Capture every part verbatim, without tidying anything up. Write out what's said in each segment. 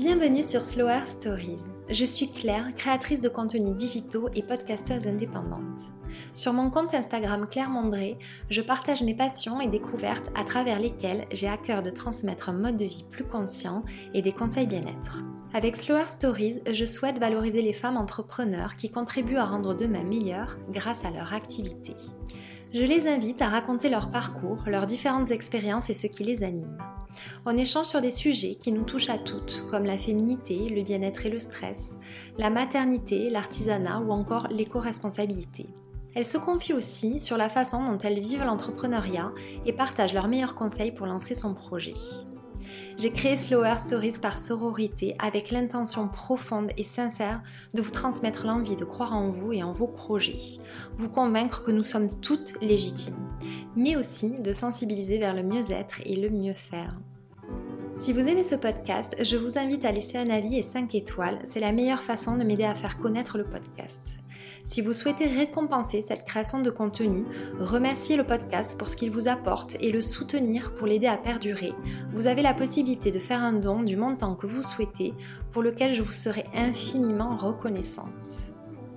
Bienvenue sur Slower Stories. Je suis Claire, créatrice de contenus digitaux et podcasteuse indépendante. Sur mon compte Instagram Claire Mondré, je partage mes passions et découvertes à travers lesquelles j'ai à cœur de transmettre un mode de vie plus conscient et des conseils bien-être. Avec Slower Stories, je souhaite valoriser les femmes entrepreneurs qui contribuent à rendre demain meilleur grâce à leur activité. Je les invite à raconter leur parcours, leurs différentes expériences et ce qui les anime. On échange sur des sujets qui nous touchent à toutes, comme la féminité, le bien-être et le stress, la maternité, l'artisanat ou encore l'éco-responsabilité. Elles se confient aussi sur la façon dont elles vivent l'entrepreneuriat et partagent leurs meilleurs conseils pour lancer son projet. J'ai créé Slower Stories par sororité avec l'intention profonde et sincère de vous transmettre l'envie de croire en vous et en vos projets, vous convaincre que nous sommes toutes légitimes, mais aussi de sensibiliser vers le mieux-être et le mieux-faire. Si vous aimez ce podcast, je vous invite à laisser un avis et cinq étoiles, c'est la meilleure façon de m'aider à faire connaître le podcast. Si vous souhaitez récompenser cette création de contenu, remercier le podcast pour ce qu'il vous apporte et le soutenir pour l'aider à perdurer, vous avez la possibilité de faire un don du montant que vous souhaitez, pour lequel je vous serai infiniment reconnaissante.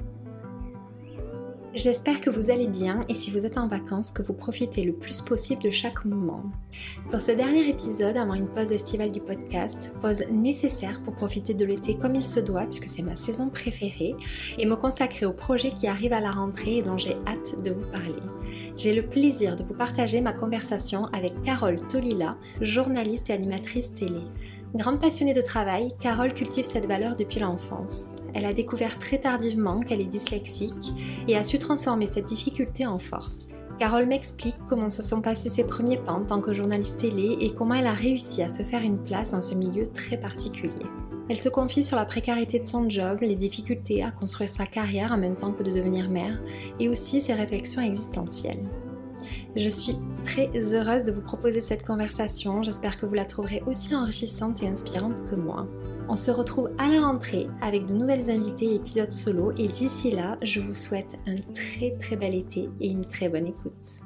J'espère que vous allez bien et si vous êtes en vacances, que vous profitez le plus possible de chaque moment. Pour ce dernier épisode, avant une pause estivale du podcast, pause nécessaire pour profiter de l'été comme il se doit puisque c'est ma saison préférée, et me consacrer au projet qui arrive à la rentrée et dont j'ai hâte de vous parler. J'ai le plaisir de vous partager ma conversation avec Carole Tolila, journaliste et animatrice télé. Grande passionnée de travail, Carole cultive cette valeur depuis l'enfance. Elle a découvert très tardivement qu'elle est dyslexique et a su transformer cette difficulté en force. Carole m'explique comment se sont passés ses premiers pas en tant que journaliste télé et comment elle a réussi à se faire une place dans ce milieu très particulier. Elle se confie sur la précarité de son job, les difficultés à construire sa carrière en même temps que de devenir mère et aussi ses réflexions existentielles. Je suis très heureuse de vous proposer cette conversation, j'espère que vous la trouverez aussi enrichissante et inspirante que moi. On se retrouve à la rentrée avec de nouvelles invitées et épisodes solo et d'ici là, je vous souhaite un très très bel été et une très bonne écoute.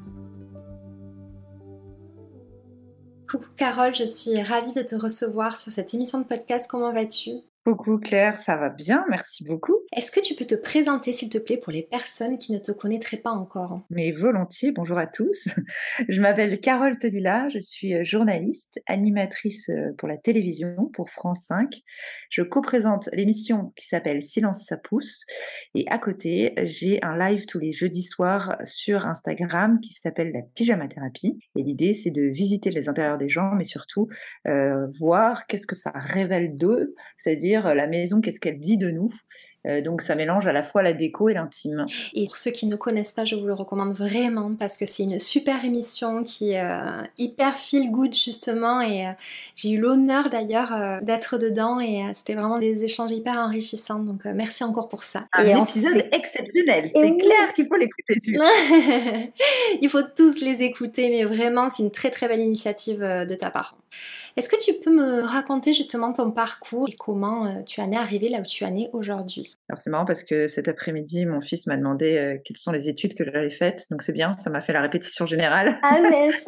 Coucou Carole, je suis ravie de te recevoir sur cette émission de podcast, comment vas-tu ? Coucou Claire, ça va bien, merci beaucoup. Est-ce que tu peux te présenter s'il te plaît pour les personnes qui ne te connaîtraient pas encore ? Mais volontiers, bonjour à tous. Je m'appelle Carole Tolila, je suis journaliste, animatrice pour la télévision, pour France cinq. Je co-présente l'émission qui s'appelle Silence ça pousse et à côté, j'ai un live tous les jeudis soirs sur Instagram qui s'appelle la pyjama thérapie. Et l'idée, c'est de visiter les intérieurs des gens, mais surtout euh, voir qu'est-ce que ça révèle d'eux, c'est-à-dire la maison, qu'est-ce qu'elle dit de nous. Euh, donc ça mélange à la fois la déco et l'intime. Et pour ceux qui ne connaissent pas, je vous le recommande vraiment parce que c'est une super émission qui est euh, hyper feel good justement et euh, j'ai eu l'honneur d'ailleurs euh, d'être dedans et euh, c'était vraiment des échanges hyper enrichissants, donc euh, merci encore pour ça. Un et épisode sait... exceptionnel, c'est oui. Clair qu'il faut l'écouter celui-là. Il faut tous les écouter, mais vraiment c'est une très très belle initiative euh, de ta part. Est-ce que tu peux me raconter justement ton parcours et comment euh, tu en es arrivée là où tu en es aujourd'hui ? Alors c'est marrant parce que cet après-midi, mon fils m'a demandé euh, quelles sont les études que j'avais faites, donc c'est bien, ça m'a fait la répétition générale. Ah mince.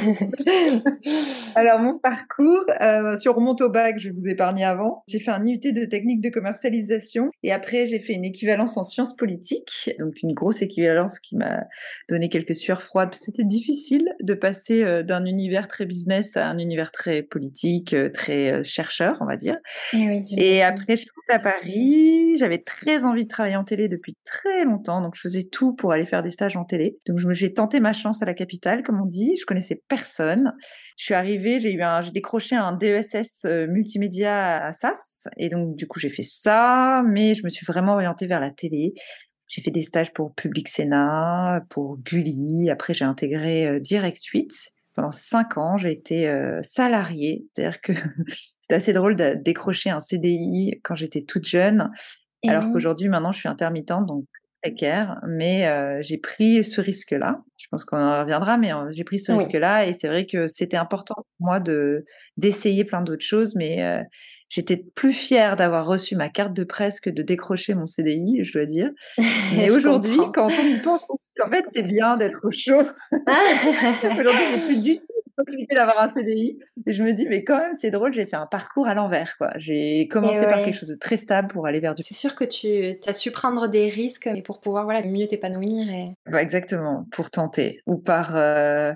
Alors mon parcours, euh, si on remonte au bac, je vais vous épargner avant. J'ai fait un I U T de technique de commercialisation et après j'ai fait une équivalence en sciences politiques, donc une grosse équivalence qui m'a donné quelques sueurs froides. C'était difficile de passer euh, d'un univers très business à un univers très politique, euh, très euh, chercheur, on va dire. Et, oui, et après je suis à Paris, j'avais très envie de travailler en télé depuis très longtemps, donc je faisais tout pour aller faire des stages en télé. Donc je me, j'ai tenté ma chance à la capitale, comme on dit, je connaissais personne. Je suis arrivée, j'ai eu un, j'ai décroché un D E S S euh, multimédia à Sas, et donc du coup j'ai fait ça, mais je me suis vraiment orientée vers la télé. J'ai fait des stages pour Public Sénat, pour Gulli, après j'ai intégré euh, Direct huit. Pendant cinq ans, j'ai été euh, salariée, c'est-à-dire que c'était assez drôle de décrocher un C D I quand j'étais toute jeune, et alors oui. qu'aujourd'hui, maintenant, je suis intermittente, donc précaire, mais euh, j'ai pris ce risque-là. Je pense qu'on en reviendra, mais euh, j'ai pris ce oui. risque-là, et c'est vrai que c'était important pour moi de, d'essayer plein d'autres choses, mais euh, j'étais plus fière d'avoir reçu ma carte de presse que de décrocher mon C D I, je dois dire. Mais aujourd'hui, comprends. Quand on y pense, en fait, c'est bien d'être au chaud. Aujourd'hui, j'ai plus du tout possibilité d'avoir un C D I. Et je me dis, mais quand même, c'est drôle, j'ai fait un parcours à l'envers, quoi. J'ai commencé Et par ouais. quelque chose de très stable pour aller vers du... C'est sûr que tu as su prendre des risques mais pour pouvoir voilà, mieux t'épanouir. Et... Bah, exactement, pour tenter. Ou par... euh,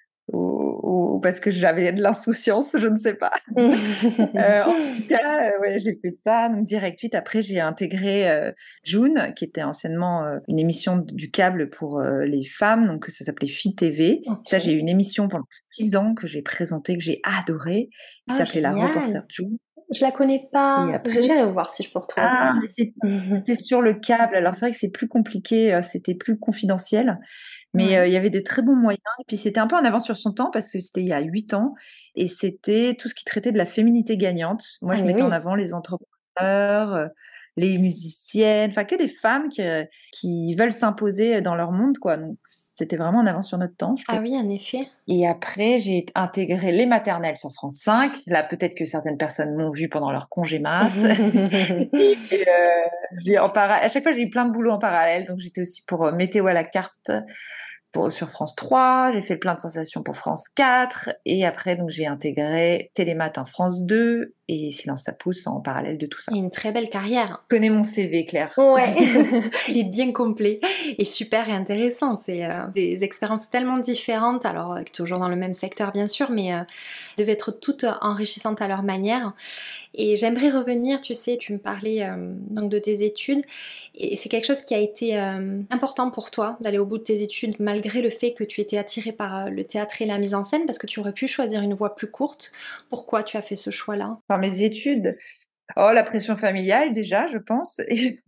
Ou, ou parce que j'avais de l'insouciance, je ne sais pas. euh, en tout cas, euh, ouais, j'ai fait ça. Donc, direct huit, après, j'ai intégré euh, June, qui était anciennement euh, une émission du câble pour euh, les femmes. Donc, ça s'appelait Fi T V. Okay. Ça, j'ai eu une émission pendant six ans que j'ai présentée, que j'ai adorée, qui oh, s'appelait génial. La Reporter June. Je la connais pas. Après... J'allais voir si je peux retrouver ah, ça. C'est, c'était sur le câble. Alors, c'est vrai que c'est plus compliqué, c'était plus confidentiel. Mais il ouais. euh, y avait de très bons moyens. Et puis, c'était un peu en avance sur son temps parce que c'était il y a huit ans. Et c'était tout ce qui traitait de la féminité gagnante. Moi, ah, je mettais oui. en avant les entrepreneurs, euh, les musiciennes, enfin, que des femmes qui, euh, qui veulent s'imposer dans leur monde, quoi. Donc, c'était vraiment en avance sur notre temps, je trouve. Ah oui, en effet. Et après, j'ai intégré les maternelles sur France cinq. Là, peut-être que certaines personnes m'ont vu pendant leur congé mat. et, et, euh, j'ai en para... À chaque fois, j'ai eu plein de boulot en parallèle. Donc, j'étais aussi pour euh, Météo à la carte pour, sur France trois. J'ai fait le plein de sensations pour France quatre. Et après, donc, j'ai intégré Télématin France deux et Silence ça pousse en parallèle de tout ça. Et une très belle carrière. Je connais mon C V, Claire. Ouais, il est bien complet et super et intéressant. C'est euh, des expériences tellement différentes, alors euh, toujours dans le même secteur bien sûr, mais euh, devaient être toutes enrichissantes à leur manière. Et j'aimerais revenir, tu sais, tu me parlais euh, donc de tes études, et c'est quelque chose qui a été euh, important pour toi d'aller au bout de tes études, malgré le fait que tu étais attirée par euh, le théâtre et la mise en scène, parce que tu aurais pu choisir une voie plus courte. Pourquoi tu as fait ce choix-là? Par mes études, oh, la pression familiale déjà, je pense, et,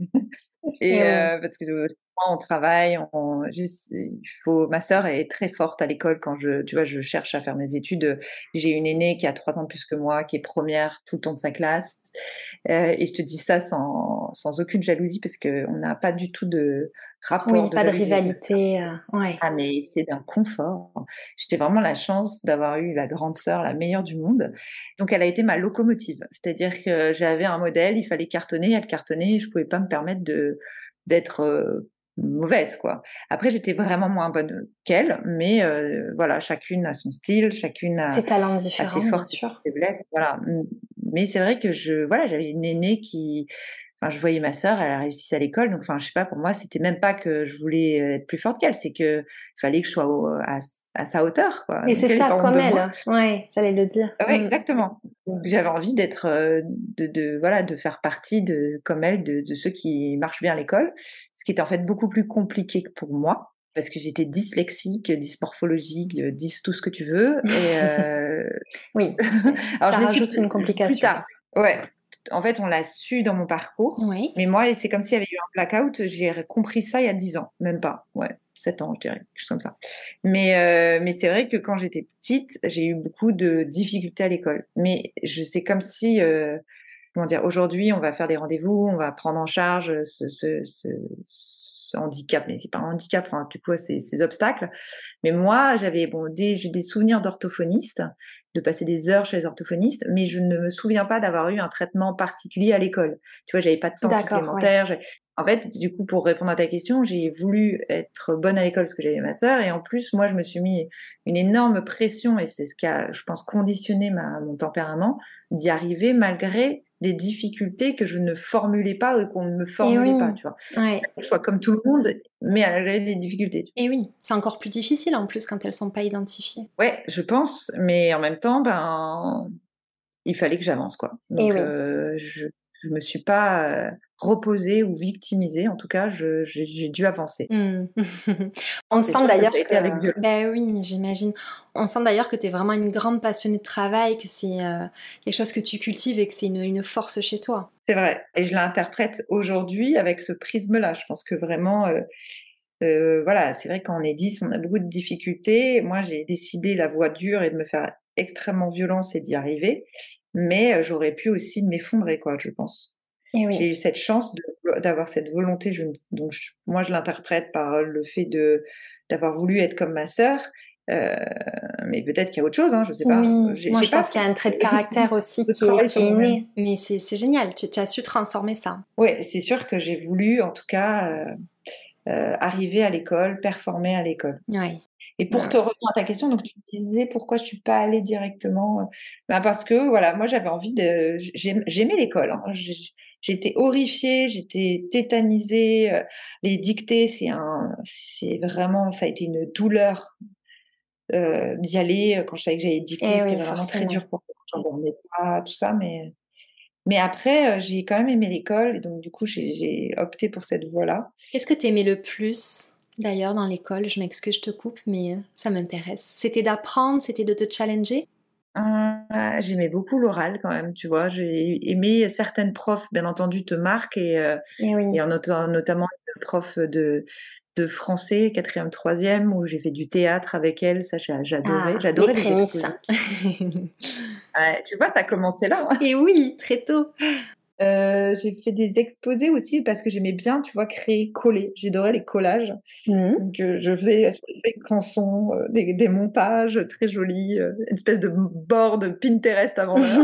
et euh, parce que euh, on travaille, on, il faut. Ma sœur est très forte à l'école quand je, tu vois, je cherche à faire mes études. J'ai une aînée qui a trois ans de plus que moi, qui est première tout le temps de sa classe, euh, et je te dis ça sans, sans aucune jalousie parce que on n'a pas du tout de rapport. Oui, de pas de rivalité. Euh, ouais. Ah, mais c'est d'un confort. J'ai vraiment la chance d'avoir eu la grande sœur, la meilleure du monde. Donc, elle a été ma locomotive. C'est-à-dire que j'avais un modèle, il fallait cartonner, elle cartonnait, et je pouvais pas me permettre de d'être euh, mauvaise, quoi. Après, j'étais vraiment moins bonne qu'elle, mais euh, voilà, chacune a son style, chacune a ses talents différents, ses forces, bien sûr. Ses faiblesses, voilà. Mais c'est vrai que je, voilà, j'avais une aînée qui, enfin, je voyais ma sœur, elle a réussi à l'école, donc, enfin, je sais pas, pour moi, c'était même pas que je voulais être plus forte qu'elle, c'est que il fallait que je sois au, à, à sa hauteur, quoi. Et donc, c'est ça, comme elle. Ouais, j'allais le dire. Ouais, mmh. Exactement. Donc, j'avais envie d'être, euh, de, de, voilà, de faire partie de, comme elle, de, de ceux qui marchent bien à l'école, ce qui était en fait beaucoup plus compliqué que pour moi, parce que j'étais dyslexique, dysmorphologique, dys tout ce que tu veux. Et euh... oui, alors, ça je rajoute une complication. Plus tard. Ouais. En fait, on l'a su dans mon parcours. Oui. Mais moi, c'est comme s'il y avait eu un blackout. J'ai compris ça il y a dix ans, même pas. Ouais, sept ans, je dirais, quelque chose comme ça. Mais, euh, mais c'est vrai que quand j'étais petite, j'ai eu beaucoup de difficultés à l'école. Mais je c'est comme si, euh, comment dire, aujourd'hui, on va faire des rendez-vous, on va prendre en charge ce, ce, ce, ce handicap, mais c'est pas un handicap, enfin, du coup, c'est ces obstacles. Mais moi, j'avais bon, des, j'ai des souvenirs d'orthophoniste, de passer des heures chez les orthophonistes, mais je ne me souviens pas d'avoir eu un traitement particulier à l'école. Tu vois, j'avais pas de temps D'accord, supplémentaire. Ouais. En fait, du coup, pour répondre à ta question, j'ai voulu être bonne à l'école parce que j'avais ma sœur, et en plus, moi, je me suis mis une énorme pression, et c'est ce qui a, je pense, conditionné ma, mon tempérament, d'y arriver malgré des difficultés que je ne formulais pas ou qu'on ne me formulait oui. pas, tu vois. Ouais. Je sois comme tout le monde, mais elle avait des difficultés. Et oui, c'est encore plus difficile en plus quand elles sont pas identifiées. Ouais, je pense, mais en même temps, ben, il fallait que j'avance, quoi. Donc, oui. euh, je je me suis pas euh, reposée ou victimisée. En tout cas, je, j'ai, j'ai dû avancer. Mmh. On c'est sent d'ailleurs que... que... Avec Dieu. Ben oui, j'imagine. On sent d'ailleurs que tu es vraiment une grande passionnée de travail, que c'est euh, les choses que tu cultives et que c'est une, une force chez toi. C'est vrai. Et je l'interprète aujourd'hui avec ce prisme-là. Je pense que vraiment... Euh, Euh, voilà, c'est vrai qu'on est dix, on a beaucoup de difficultés. Moi, j'ai décidé la voie dure et de me faire extrêmement violence et d'y arriver. Mais euh, j'aurais pu aussi m'effondrer, quoi, je pense. Et oui. J'ai eu cette chance de, d'avoir cette volonté. Je, donc, je, moi, je l'interprète par le fait de, d'avoir voulu être comme ma sœur. Euh, mais peut-être qu'il y a autre chose, hein, je sais pas. Oui, j'ai, moi j'ai je pas pense qu'il y a un trait de caractère aussi qui est, qui est inné. Mais c'est, c'est génial, tu, tu as su transformer ça. Oui, c'est sûr que j'ai voulu, en tout cas... Euh, Euh, arriver à l'école, performer à l'école. Ouais. Et pour te Mmh. revenir à ta question, donc tu me disais pourquoi je suis pas allée directement, heu, bah, parce que voilà, moi j'avais envie de j'aim j'aimais l'école, hein. J j'étais horrifiée, j'étais tétanisée, heu, les dictées, c'est un c'est vraiment ça a été une douleur, heu, d'y aller, heu, quand je savais que j'allais dicter, Eh c'était oui, vraiment très forcément. dur pour moi, j'en dormais pas, tout ça, mais mais après, heu, j'ai quand même aimé l'école et donc du coup, j'ai j'ai opté pour cette voie-là. Qu'est-ce que tu aimais le plus, d'ailleurs, dans l'école? Je m'excuse, je te coupe, mais heu, ça m'intéresse. C'était d'apprendre? C'était de te challenger? Heu, j'aimais beaucoup l'oral quand même, tu vois? J'ai aimé certaines profs, bien entendu, te marquent et heu Eh oui. et en nota notamment une prof de de français quatrième troisième où j'ai fait du théâtre avec elle, ça j'a j'adorais. Ah, les J'adorais les prémices. exposés. Ouais, tu vois, ça a commencé là, hein. Et oui, très tôt. Heu, j'ai fait des exposés aussi parce que j'aimais bien, tu vois, créer, coller. J'adorais les collages. Mmh. Donc heu, je faisais sur les feuilles canson, heu, des des montages très jolis, heu, une espèce de board Pinterest avant l'heure.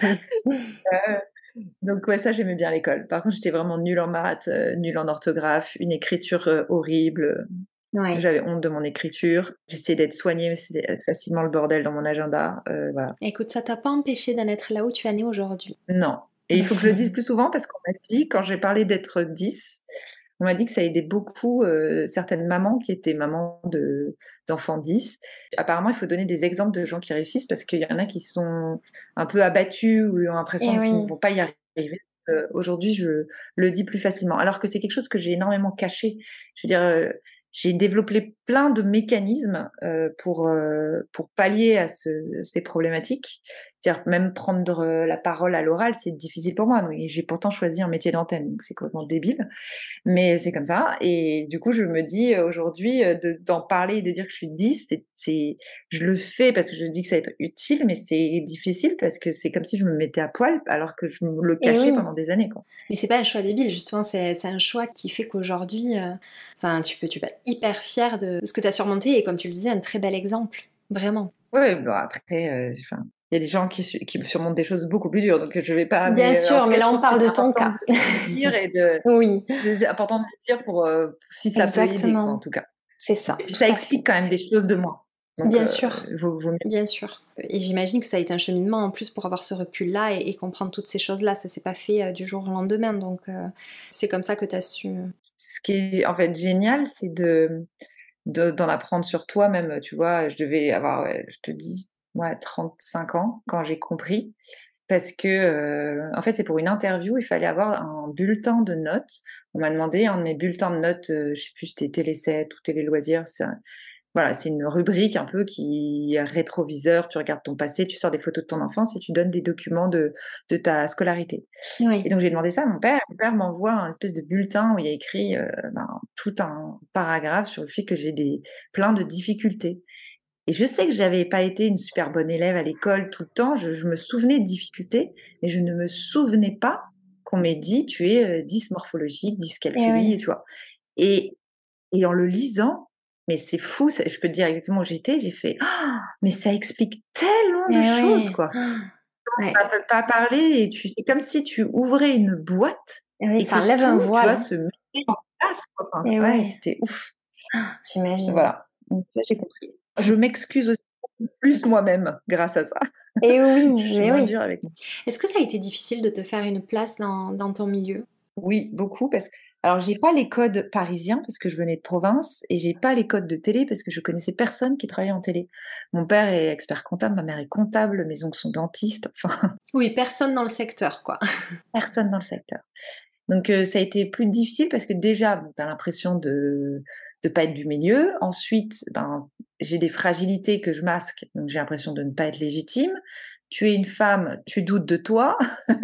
Heu, donc ouais, ça j'aimais bien l'école. Par contre, j'étais vraiment nulle en maths, heu, nulle en orthographe, une écriture, heu, horrible, heu, Ouais. j'avais honte de mon écriture. J'essayais d'être soignée, mais c'était facilement le bordel dans mon agenda, heu, voilà. Écoute, ça t'a pas empêché d'en être là où tu en es aujourd'hui. Non, et il faut que je le dise plus souvent parce qu'on m'a dit, quand j'ai parlé d'être dix, on m'a dit que ça aidait beaucoup, heu, certaines mamans qui étaient mamans de d'enfants dix. Apparemment, il faut donner des exemples de gens qui réussissent parce qu'il y en a qui sont un peu abattus ou ont l'impression Eh qu'ils ne oui. vont pas y arriver. Heu, aujourd'hui, je le dis plus facilement, alors que c'est quelque chose que j'ai énormément caché. Je veux dire, heu, j'ai développé plein de mécanismes, heu, pour, heu, pour pallier à ce ces problématiques. C'est-à-dire même prendre, heu, la parole à l'oral, c'est difficile pour moi, donc et j'ai pourtant choisi un métier d'antenne, donc c'est complètement débile. Mais c'est comme ça et du coup, je me dis, heu, aujourd'hui, heu, de d'en parler et de dire que je suis dix, c'est c'est je le fais parce que je dis que ça va être utile, mais c'est difficile parce que c'est comme si je me mettais à poil alors que je me le Eh cachais oui. pendant des années, quoi. Mais c'est pas un choix débile, justement, c'est c'est un choix qui fait qu'aujourd'hui, heu, enfin, tu peux tu peux être hyper fière de de ce que tu as surmonté et comme tu le disais, un très bel exemple, vraiment. Ouais, bon après, heu, enfin, il y a des gens qui su qui surmontent des choses beaucoup plus dures, donc je vais pas Bien mais, heu, en sûr, tout mais cas, je là, on pense que parle c'est de ton important de cas. le dire et de Oui, je c'est important de le dire pour, heu, si ça peut aider, quoi, en exactement, tout cas. c'est Et ça, puis tout ça à fait. explique quand même des choses de moi, donc Bien heu, sûr, vaut vaut mieux. bien sûr. Et j'imagine que ça a été un cheminement en plus pour avoir ce recul-là et et comprendre toutes ces choses-là. Ça s'est pas fait, heu, du jour au lendemain, donc heu, c'est comme ça que tu as su Ce qui est en fait génial, c'est de de d'en apprendre sur toi même, tu vois? Je devais avoir, ouais, je te dis, ouais, trente-cinq ans quand j'ai compris parce que, heu, en fait, c'est pour une interview, il fallait avoir un bulletin de notes. On m'a demandé un de mes bulletins de notes, heu, je sais plus, c'était Télé sept ou Télé Loisirs, c'est un voilà, c'est une rubrique un peu qui est rétroviseur, tu regardes ton passé, tu sors des photos de ton enfance et tu donnes des documents de de ta scolarité. Et oui. donc j'ai demandé ça à mon père. Mon père m'envoie un espèce de bulletin où il y a écrit, heu, ben, tout un paragraphe sur le fait que j'ai des plein de difficultés. Et je sais que j'avais pas été une super bonne élève à l'école tout le temps. Je je me souvenais de difficultés, mais je ne me souvenais pas qu'on m'ait dit: «Tu es, heu, dysmorphologique, Eh dyscalculie» oui. et tu vois? Et et en le lisant, mais c'est fou, ça je peux te dire exactement où j'étais, j'ai fait: «Ah, mais ça explique tellement de Eh choses, oui. quoi!» Ouais. Ça peut pas parler et tu c'est comme si tu ouvrais une boîte Eh oui, et que ça enlève un tout, tu voile, vois, hein. se met en place, quoi. Enfin, Eh ouais, ouais, c'était ouf. j'imagine. Voilà, donc là, j'ai compris. Je m'excuse aussi beaucoup plus moi-même grâce à ça. Eh oui, Je suis mais moins oui. dure avec moi. Est-ce que ça a été difficile de te faire une place dans dans ton milieu? Oui, beaucoup parce que alors j'ai pas les codes parisiens parce que je venais de province et j'ai pas les codes de télé parce que je connaissais personne qui travaillait en télé. Mon père est expert comptable, ma mère est comptable, mes oncles sont dentistes, enfin Oui, personne dans le secteur, quoi. personne dans le secteur. Donc heu, ça a été plus difficile parce que déjà, bon, tu as l'impression de de pas être du milieu. Ensuite, ben, j'ai des fragilités que je masque, donc j'ai l'impression de ne pas être légitime. Tu es une femme, tu doutes de toi,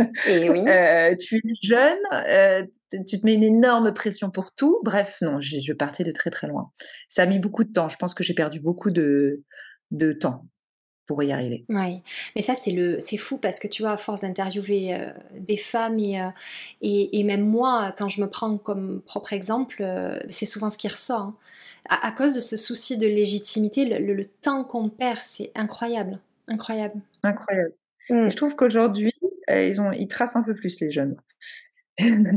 Eh oui. heu, tu es jeune, heu, t tu te mets une énorme pression pour tout. Bref, non, j'ai je partais de très, très loin. Ça a mis beaucoup de temps. Je pense que j'ai perdu beaucoup de de temps pour y arriver. Ouais, mais ça c'est le c'est fou parce que tu vois, à force d'interviewer, heu, des femmes et heu et et même moi, quand je me prends comme propre exemple, heu, c'est souvent ce qui ressort, hein. À à cause de ce souci de légitimité, le le le temps qu'on perd, c'est incroyable, incroyable. Incroyable et je Mmh. trouve qu'aujourd'hui, heu, ils ont ils tracent un peu plus les jeunes.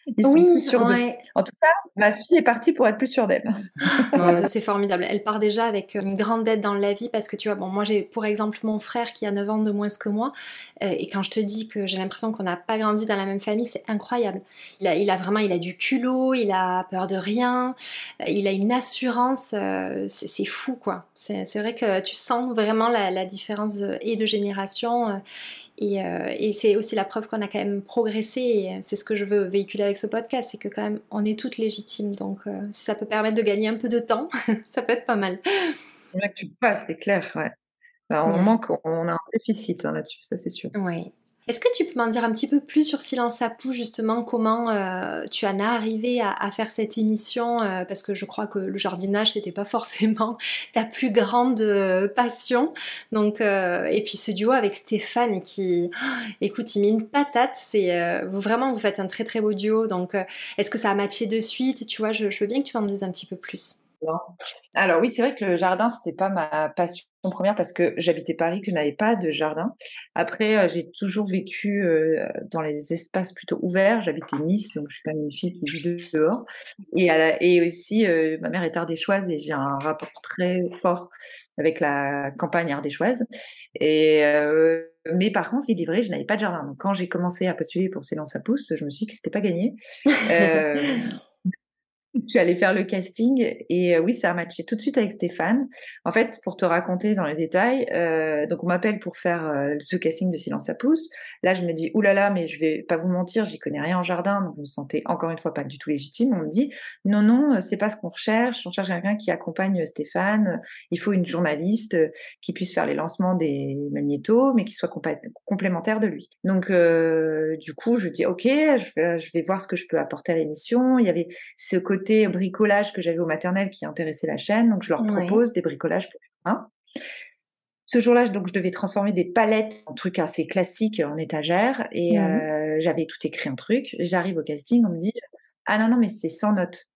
Ils sont Oui, plus sûrs d'eux. ouais. En tout cas, ma fille est partie pour être plus sûre d'elle. Bon, ça c'est formidable. Elle part déjà avec une grande aide dans la vie parce que tu vois, bon, moi j'ai pour exemple mon frère qui a neuf ans de moins que moi euh, et quand je te dis que j'ai l'impression qu'on n'a pas grandi dans la même famille, c'est incroyable. Il a, il a vraiment, il a du culot, il a peur de rien, euh, il a une assurance, euh, c'est, c'est fou quoi. C'est, c'est vrai que tu sens vraiment la, la différence de, et de génération. Euh, Et, euh, et c'est aussi la preuve qu'on a quand même progressé et c'est ce que je veux véhiculer avec ce podcast, c'est que quand même on est toutes légitimes donc euh, si ça peut permettre de gagner un peu de temps, ça peut être pas mal. C'est là que tu passes, c'est clair, ouais. Bah, on Ouais. manque, on a un déficit hein, là-dessus, ça c'est sûr. Ouais. Est-ce que tu peux m'en dire un petit peu plus sur Silence à Pouce, justement, comment euh, tu en as arrivé à, à faire cette émission euh, parce que je crois que le jardinage, c'était pas forcément ta plus grande euh, passion. Donc, euh, et puis ce duo avec Stéphane qui, oh, écoute, il met une patate. C'est euh, vous- vraiment, vous faites un très très beau duo. Donc, euh, est-ce que ça a matché de suite? Tu vois, je, je veux bien que tu m'en dises un petit peu plus. Non. Alors oui, c'est vrai que le jardin, c'était pas ma passion première parce que j'habitais Paris, que je n'avais pas de jardin. Après, euh, j'ai toujours vécu euh, dans les espaces plutôt ouverts. J'habitais Nice, donc je suis quand même une fille qui vit dehors. Et, à la- et aussi, euh, ma mère est ardéchoise et j'ai un rapport très fort avec la campagne ardéchoise. Et euh, mais par contre, il est vrai, je n'avais pas de jardin. Donc quand j'ai commencé à postuler pour Silence à pouce, je me suis dit que c'était pas gagné. Euh, je suis allée faire le casting et euh, oui, ça a matché tout de suite avec Stéphane. En fait, pour te raconter dans les détails, euh, donc on m'appelle pour faire euh, ce casting de Silence à pouce. Là, je me dis, oulala, là là, mais je vais pas vous mentir, j'y connais rien en jardin, donc je me sentais encore une fois pas du tout légitime. On me dit, non, non, euh, c'est pas ce qu'on recherche. On cherche quelqu'un qui accompagne euh, Stéphane. Il faut une journaliste euh, qui puisse faire les lancements des magnétos, mais qui soit compa- complémentaire de lui. Donc, euh, du coup, je dis, ok, je vais, je vais voir ce que je peux apporter à l'émission. Il y avait ce côté bricolage que j'avais au maternel qui intéressait la chaîne, donc je leur Ouais. propose des bricolages pour hein. Ce jour-là, donc je devais transformer des palettes en trucs assez classiques en étagère et Mhm. euh, j'avais tout écrit un truc. J'arrive au casting, on me dit ah non non mais c'est sans notes.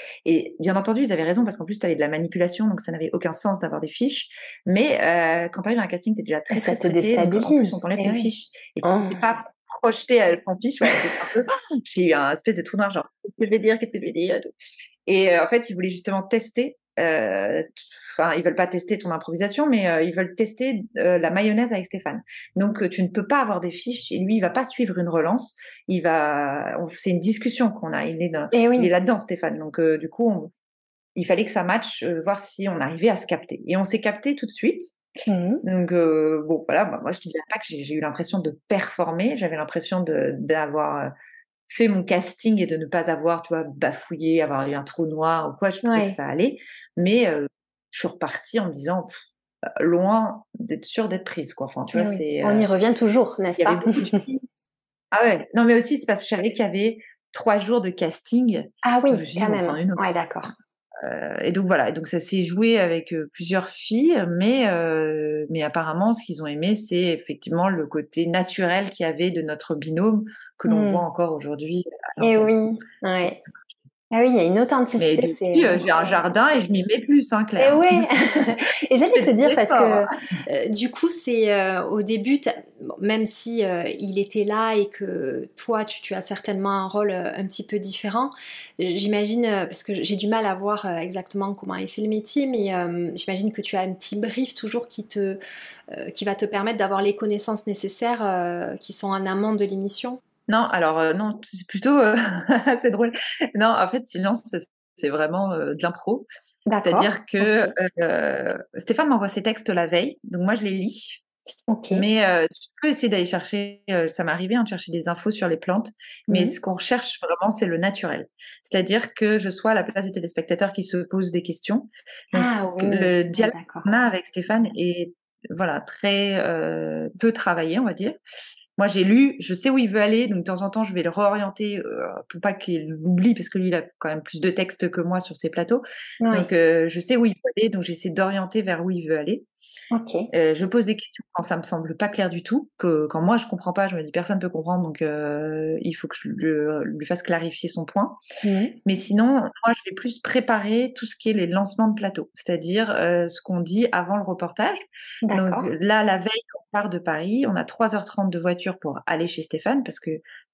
Et bien entendu, ils avaient raison parce qu'en plus, tu avais de la manipulation, donc ça n'avait aucun sens d'avoir des fiches. Mais euh, quand tu arrives à un casting, tu es déjà Et très, ça très te stressé. Donc en plus, on déstabilise. t'enlève Et tes oui. fiches et tu Oh. ne peux pas projeter euh, sans fiche. Ouais, c'est un peu... J'ai eu un espèce de trou noir, genre, qu'est-ce que je vais dire, qu'est-ce que je vais dire et tout. Et euh, en fait, ils voulaient justement tester. euh, Enfin, ils veulent pas tester ton improvisation, mais euh, ils veulent tester euh, la mayonnaise avec Stéphane. Donc, euh, tu ne peux pas avoir des fiches. Et lui, il va pas suivre une relance. Il va. on- C'est une discussion qu'on a. Il est, dans- Et il est oui. là-dedans, Stéphane. Donc, euh, du coup, on- il fallait que ça matche, euh, voir si on arrivait à se capter. Et on s'est capté tout de suite. Mhm. Donc, euh, bon, voilà, bah, moi, je te dirais pas que j'ai j'ai eu l'impression de performer. J'avais l'impression de- d'avoir euh, fait mon casting et de ne pas avoir, tu vois, bafouillé, avoir eu un trou noir ou quoi. Je trouvais que Ouais. ça allait. Mais euh, je suis repartie en me disant, pff, loin d'être sûre d'être prise, quoi. Enfin, tu vois, Et oui. c'est, On euh, y revient toujours, il n'est-ce y avait pas? beaucoup de filles. Ah ouais, non, mais aussi, c'est parce que je savais qu'il y avait trois jours de casting. Ah Donc, je oui, me suis dit, ils quand vont prendre même. une autre. Ouais, d'accord. Euh, et donc voilà, et donc ça s'est joué avec euh, plusieurs filles, mais, euh, mais apparemment, ce qu'ils ont aimé, c'est effectivement le côté naturel qu'il y avait de notre binôme que l'on voit Mhm. encore aujourd'hui à Et l'antenne. oui. Ça, Ouais. Ah oui, il y a une mais authenticité, c'est depuis, euh, j'ai un incroyable. jardin et je m'y mets plus, hein, Et Claire. ouais, et Je j'allais fais te des dire parce efforts. que Hein. euh, du coup c'est euh, au début, t'as- bon, même si euh, il était là et que toi tu, tu as certainement un rôle euh, un petit peu différent, j'imagine euh, parce que j'ai du mal à voir euh, exactement comment est fait le métier, mais euh, j'imagine que tu as un petit brief toujours qui te euh, qui va te permettre d'avoir les connaissances nécessaires euh, qui sont en amont de l'émission. Non, alors euh, non, c'est plutôt euh, c'est drôle. Non, en fait, Silence, c'est c'est vraiment euh, de l'impro. D'accord, C'est-à-dire ok, que euh, Stéphane m'envoie ses textes la veille, donc moi je les lis. ok. Mais euh, tu peux essayer d'aller chercher, euh, ça m'est arrivé hein, de chercher des infos sur les plantes, mais Mhm. ce qu'on recherche vraiment, c'est le naturel. C'est-à-dire que je sois à la place du téléspectateur qui se pose des questions. Donc, Ah oui, le ouais, dialogue d'accord. qu'on a avec Stéphane est voilà, très euh, peu travaillé, on va dire. Moi, j'ai lu, je sais où il veut aller, donc de temps en temps, je vais le réorienter euh, pour pas qu'il l'oublie, parce que lui, il a quand même plus de textes que moi sur ses plateaux. Ouais, Donc, euh, je sais où il veut aller, donc j'essaie d'orienter vers où il veut aller. ok. Euh, je pose des questions quand ça me semble pas clair du tout, que quand moi je comprends pas, je me dis personne peut comprendre, donc euh, il faut que je le- lui fasse clarifier son point. Mhm. Mais sinon, moi je vais plus préparer tout ce qui est les lancements de plateau, c'est-à-dire euh, ce qu'on dit avant le reportage. Donc D'accord. là, la veille, on part de Paris, on a trois heures trente de voiture pour aller chez Stéphane, parce que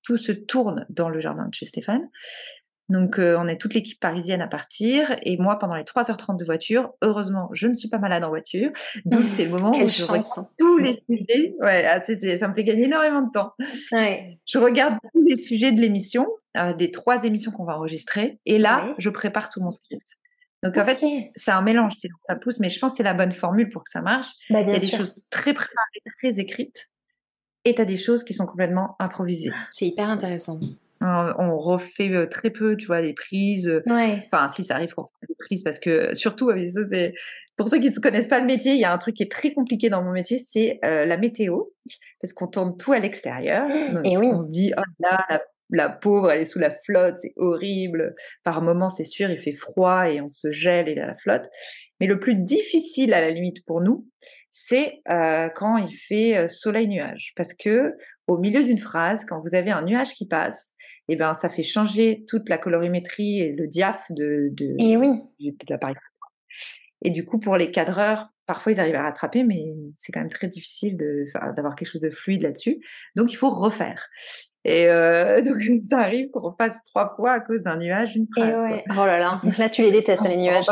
tout se tourne dans le jardin de chez Stéphane. Donc, euh, on est toute l'équipe parisienne à partir. Et moi, pendant les trois heures trente de voiture, heureusement, je ne suis pas malade en voiture. Donc, c'est le moment Quelle où je chance. regarde tous les sujets. Ouais, ah, c'est, c'est- ça me fait gagner énormément de temps. Ouais. Je regarde tous les sujets de l'émission, euh, des trois émissions qu'on va enregistrer. Et là, Ouais. je prépare tout mon script. Donc, en Ok. fait, c'est un mélange, sinon ça pousse. Mais je pense que c'est la bonne formule pour que ça marche. Bah, Il y bien a des sûr. choses très préparées, très écrites. Et tu as des choses qui sont complètement improvisées. C'est hyper intéressant. On, on refait euh, très peu, tu vois, des prises. euh, Ouais. Enfin, si ça arrive qu'on fait des prises, parce que surtout, euh, ça, c'est... pour ceux qui ne connaissent pas le métier, il y a un truc qui est très compliqué dans mon métier, c'est euh, la météo, parce qu'on tourne tout à l'extérieur. Donc, Et oui. on se dit, oh là, la, la pauvre, elle est sous la flotte, c'est horrible. Par moments, c'est sûr, il fait froid et on se gèle et la flotte. Mais le plus difficile, à la limite, pour nous, c'est euh, quand il fait euh, soleil-nuage. Parce que au milieu d'une phrase, quand vous avez un nuage qui passe, eh ben, ça fait changer toute la colorimétrie et le diaph de, de, Et oui. de, de l'appareil. Et du coup, pour les cadreurs, parfois ils arrivent à rattraper, mais c'est quand même très difficile de, enfin, d'avoir quelque chose de fluide là-dessus. Donc, il faut refaire. Et euh, donc, ça arrive qu'on fasse trois fois à cause d'un nuage une Et phrase. ouais. Quoi. Oh là là. Là, tu les détestes, les nuages.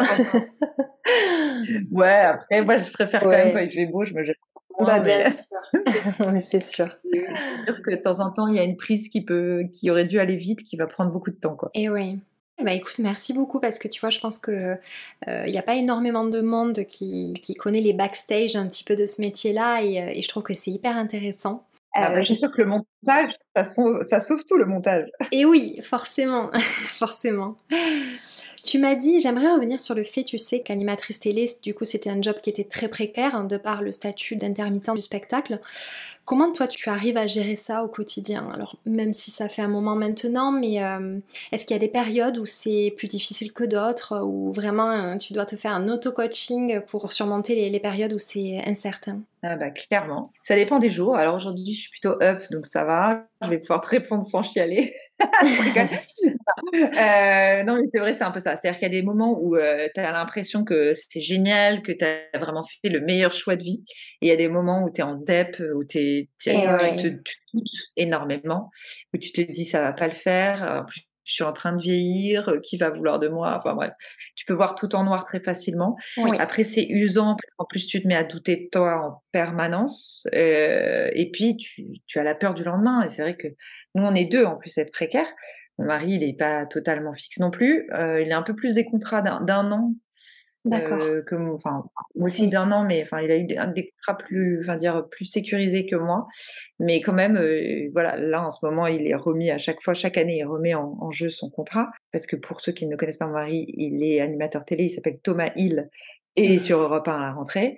Ouais, après, moi, je préfère Ouais. quand même quand il fait beau, je me jette Bah, moins, bien mais... sûr. Mais c'est sûr. c'est sûr que de temps en temps, il y a une prise qui peut, qui aurait dû aller vite, qui va prendre beaucoup de temps, quoi. Et oui. Bah écoute, merci beaucoup parce que tu vois, je pense que il n'y a pas énormément de monde qui, qui connaît les backstage un petit peu de ce métier-là et, euh, et je trouve que c'est hyper intéressant. Ah bah, Euh, c'est je- sûr que le montage, ça sauve, ça sauve tout le montage. Et oui, forcément, forcément. Tu m'as dit, j'aimerais revenir sur le fait, tu sais, qu'animatrice télé, du coup, c'était un job qui était très précaire, hein, de par le statut d'intermittent du spectacle. Comment toi, tu arrives à gérer ça au quotidien? Alors, même si ça fait un moment maintenant, mais euh, est-ce qu'il y a des périodes où c'est plus difficile que d'autres, où vraiment euh, tu dois te faire un auto-coaching pour surmonter les, les périodes où c'est incertain? Ah bah, clairement. Ça dépend des jours. Alors aujourd'hui, je suis plutôt up, donc ça va. Je vais pouvoir te répondre sans chialer. Je rigole. Euh, non, mais c'est vrai, c'est un peu ça. C'est-à-dire qu'il y a des moments où euh, tu as l'impression que c'est génial, que tu as vraiment fait le meilleur choix de vie. Et il y a des moments où tu es en dep, où t'es, t'es- Et tu te ouais. tu doutes énormément, où tu te dis ça va pas le faire. En plus, je suis en train de vieillir, euh, qui va vouloir de moi? Enfin bref, tu peux voir tout en noir très facilement. Oui. Après, c'est usant parce qu'en plus, tu te mets à douter de toi en permanence. Euh, et puis, tu, tu as la peur du lendemain. Et c'est vrai que nous, on est deux en plus à être précaires. Mon mari, il n'est pas totalement fixe non plus. Euh, il a un peu plus des contrats d'un, d'un an D'accord. euh, que moi. Enfin, moi aussi Ok. d'un an, mais enfin, il a eu des, un des contrats plus, enfin, dire, plus sécurisés que moi. Mais quand même, euh, voilà, là, en ce moment, il est remis à chaque fois, chaque année, il remet en, en jeu son contrat. Parce que pour ceux qui ne connaissent pas mon mari, il est animateur télé, il s'appelle Thomas Hill et il est sur Europe un à la rentrée.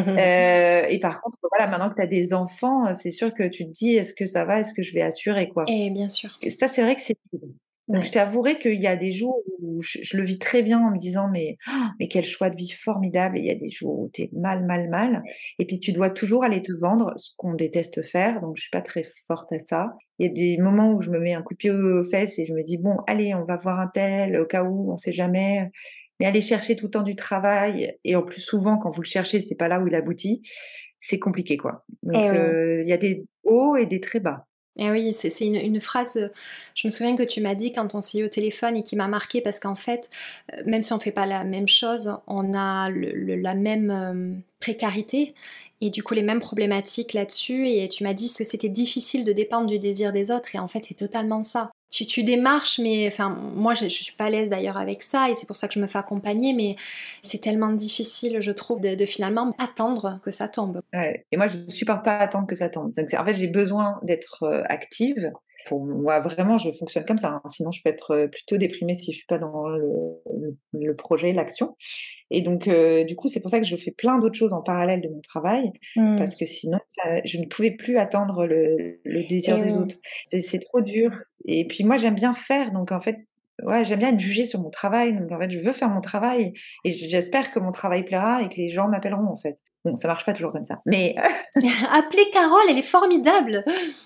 Euh, et par contre, voilà, maintenant que tu as des enfants, euh, c'est sûr que tu te dis, est-ce que ça va, est-ce que je vais assurer, quoi. Et bien sûr. Et ça, c'est vrai que c'est dur. Donc, je Ouais. t'avouerai qu'il y a des jours où je, je le vis très bien en me disant, mais, oh, mais quel choix de vie formidable. Et il y a des jours où tu es mal, mal, mal. Et puis, tu dois toujours aller te vendre, ce qu'on déteste faire. Donc, je suis pas très forte à ça. Il y a des moments où je me mets un coup de pied aux fesses et je me dis, bon, allez, on va voir un tel, au cas où, on sait jamais. Mais aller chercher tout le temps du travail, et en plus, souvent, quand vous le cherchez, c'est pas là où il aboutit, c'est compliqué, quoi. Et Donc, oui. euh, il y a des hauts et des très bas. Et oui, c'est c'est une, une phrase, euh, je me souviens que tu m'as dit quand on s'est eu au téléphone et qui m'a marquée parce qu'en fait, euh, même si on fait pas la même chose, on a le- le- la même euh, précarité et du coup les mêmes problématiques là-dessus. Et tu m'as dit que c'était difficile de dépendre du désir des autres et en fait c'est totalement ça. Tu, tu démarches, mais enfin moi je, je suis pas à l'aise d'ailleurs avec ça et c'est pour ça que je me fais accompagner, mais c'est tellement difficile je trouve de, de finalement attendre que ça tombe. Ouais. Et moi, je ne supporte pas attendre que ça tombe. Donc, c'est- en fait, j'ai besoin d'être euh, active. Pour moi, vraiment, je fonctionne comme ça, hein. Sinon, je peux être euh, plutôt déprimée si je suis pas dans le, le- le projet, l'action. Et donc, euh, du coup, c'est pour ça que je fais plein d'autres choses en parallèle de mon travail, Mm. parce que sinon, ça- je ne pouvais plus attendre le, le désir Et des oui. autres. C'est c'est trop dur. Et puis, moi, j'aime bien faire. Donc, en fait, ouais, j'aime bien être jugée sur mon travail. Donc, en fait, je veux faire mon travail. Et j'espère que mon travail plaira et que les gens m'appelleront, en fait. Bon, ça marche pas toujours comme ça. Mais Appelez Carole, elle est formidable.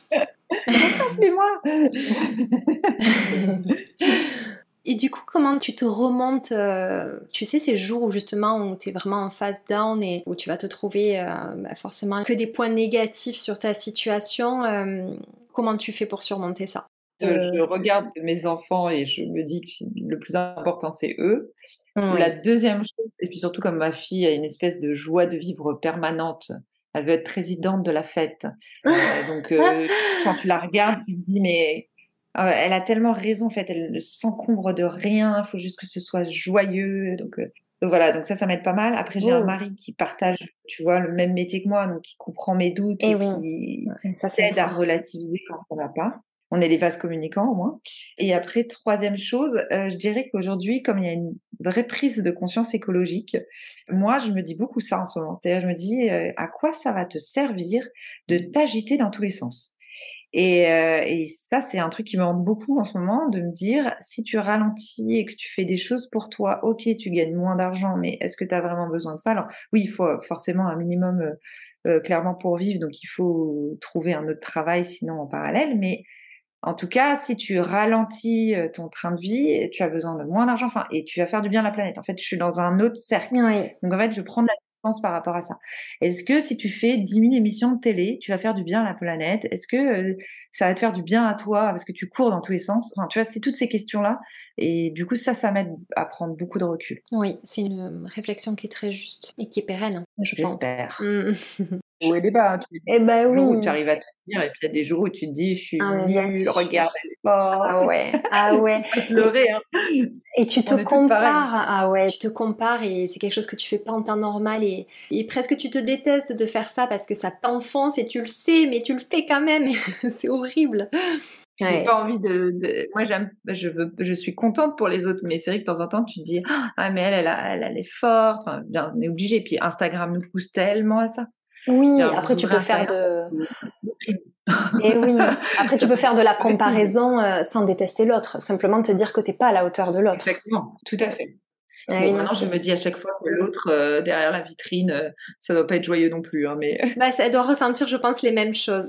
appelez-moi. Et du coup, comment tu te remontes, euh, tu sais, ces jours où justement où tu es vraiment en phase down et où tu vas te trouver euh, bah, forcément que des points négatifs sur ta situation, euh, comment tu fais pour surmonter ça? Je, je de... regarde mes enfants et je me dis que le plus important, c'est eux. La Oui. deuxième chose, et puis surtout comme ma fille a une espèce de joie de vivre permanente, elle veut être présidente de la fête. Euh, donc, euh, quand tu la regardes, tu te dis, mais euh, elle a tellement raison, en fait, elle ne s'encombre de rien, il faut juste que ce soit joyeux. Donc, euh, donc voilà, donc ça, ça m'aide pas mal. Après, j'ai un Oh. mari qui partage, tu vois, le même métier que moi, donc qui comprend mes doutes Et et oui, qui ouais, ça c'est une t'aide à force. relativiser quand ça va pas. On est les vases communicants au moins. Et après, troisième chose, euh, je dirais qu'aujourd'hui, comme il y a une vraie prise de conscience écologique, moi, je me dis beaucoup ça en ce moment. C'est-à-dire, je me dis, euh, à quoi ça va te servir de t'agiter dans tous les sens? Et, euh, et ça, c'est un truc qui me hante beaucoup en ce moment, de me dire, si tu ralentis et que tu fais des choses pour toi, ok, tu gagnes moins d'argent, mais est-ce que tu as vraiment besoin de ça? Alors oui, il faut forcément un minimum euh, euh, clairement pour vivre, donc il faut trouver un autre travail sinon en parallèle, mais en tout cas, si tu ralentis euh, ton train de vie, tu as besoin de moins d'argent, enfin, et tu vas faire du bien à la planète. En fait, je suis dans un autre cercle. Oui. Donc, en fait, je prends de la distance par rapport à ça. Est-ce que si tu fais dix mille émissions de télé, tu vas faire du bien à la planète? Est-ce que euh, ça va te faire du bien à toi parce que tu cours dans tous les sens? Enfin, tu vois, c'est toutes ces questions-là. Et du coup, ça, ça m'aide à prendre beaucoup de recul. Oui, c'est une réflexion qui est très juste et qui est pérenne, je pense. J'espère. Mm. Haut et des bas, hein, tu Eh ben des jours où tu oui. arrives à te dire, et puis il y a des jours où tu te dis: «Je suis Ah mais bien nulle, regarde, sûr. elle est forte». Ah ouais, ah ouais. Faut pas se Et, leurrer, hein. et tu te On est toutes pareilles. compares, ah ouais, tu te compares et c'est quelque chose que tu fais pas en temps normal et, et presque tu te détestes de faire ça parce que ça t'enfonce et tu le sais, mais tu le fais quand même. C'est horrible. J'ai Ouais. pas envie de, de... Moi, j'aime, je veux, je suis contente pour les autres, mais c'est vrai que de temps en temps, tu te dis, ah, mais elle, elle, a- elle, elle est forte. Enfin, bien, on est obligé. Puis Instagram nous pousse tellement à ça. Oui, Genre, vous après tu ouvrez peux faire Instagram, de... ça vous déprime. Et oui, après tu Ça peux peut faire de la déprimer aussi, mais comparaison euh, sans détester l'autre, simplement te dire que t'es pas à la hauteur de l'autre. exactement, tout à fait. Ah Bon, oui, non, maintenant, je c'est... me dis à chaque fois que l'autre, euh, derrière la vitrine, euh, ça doit pas être joyeux non plus, hein, mais Bah, ça doit ressentir, je pense, les mêmes choses.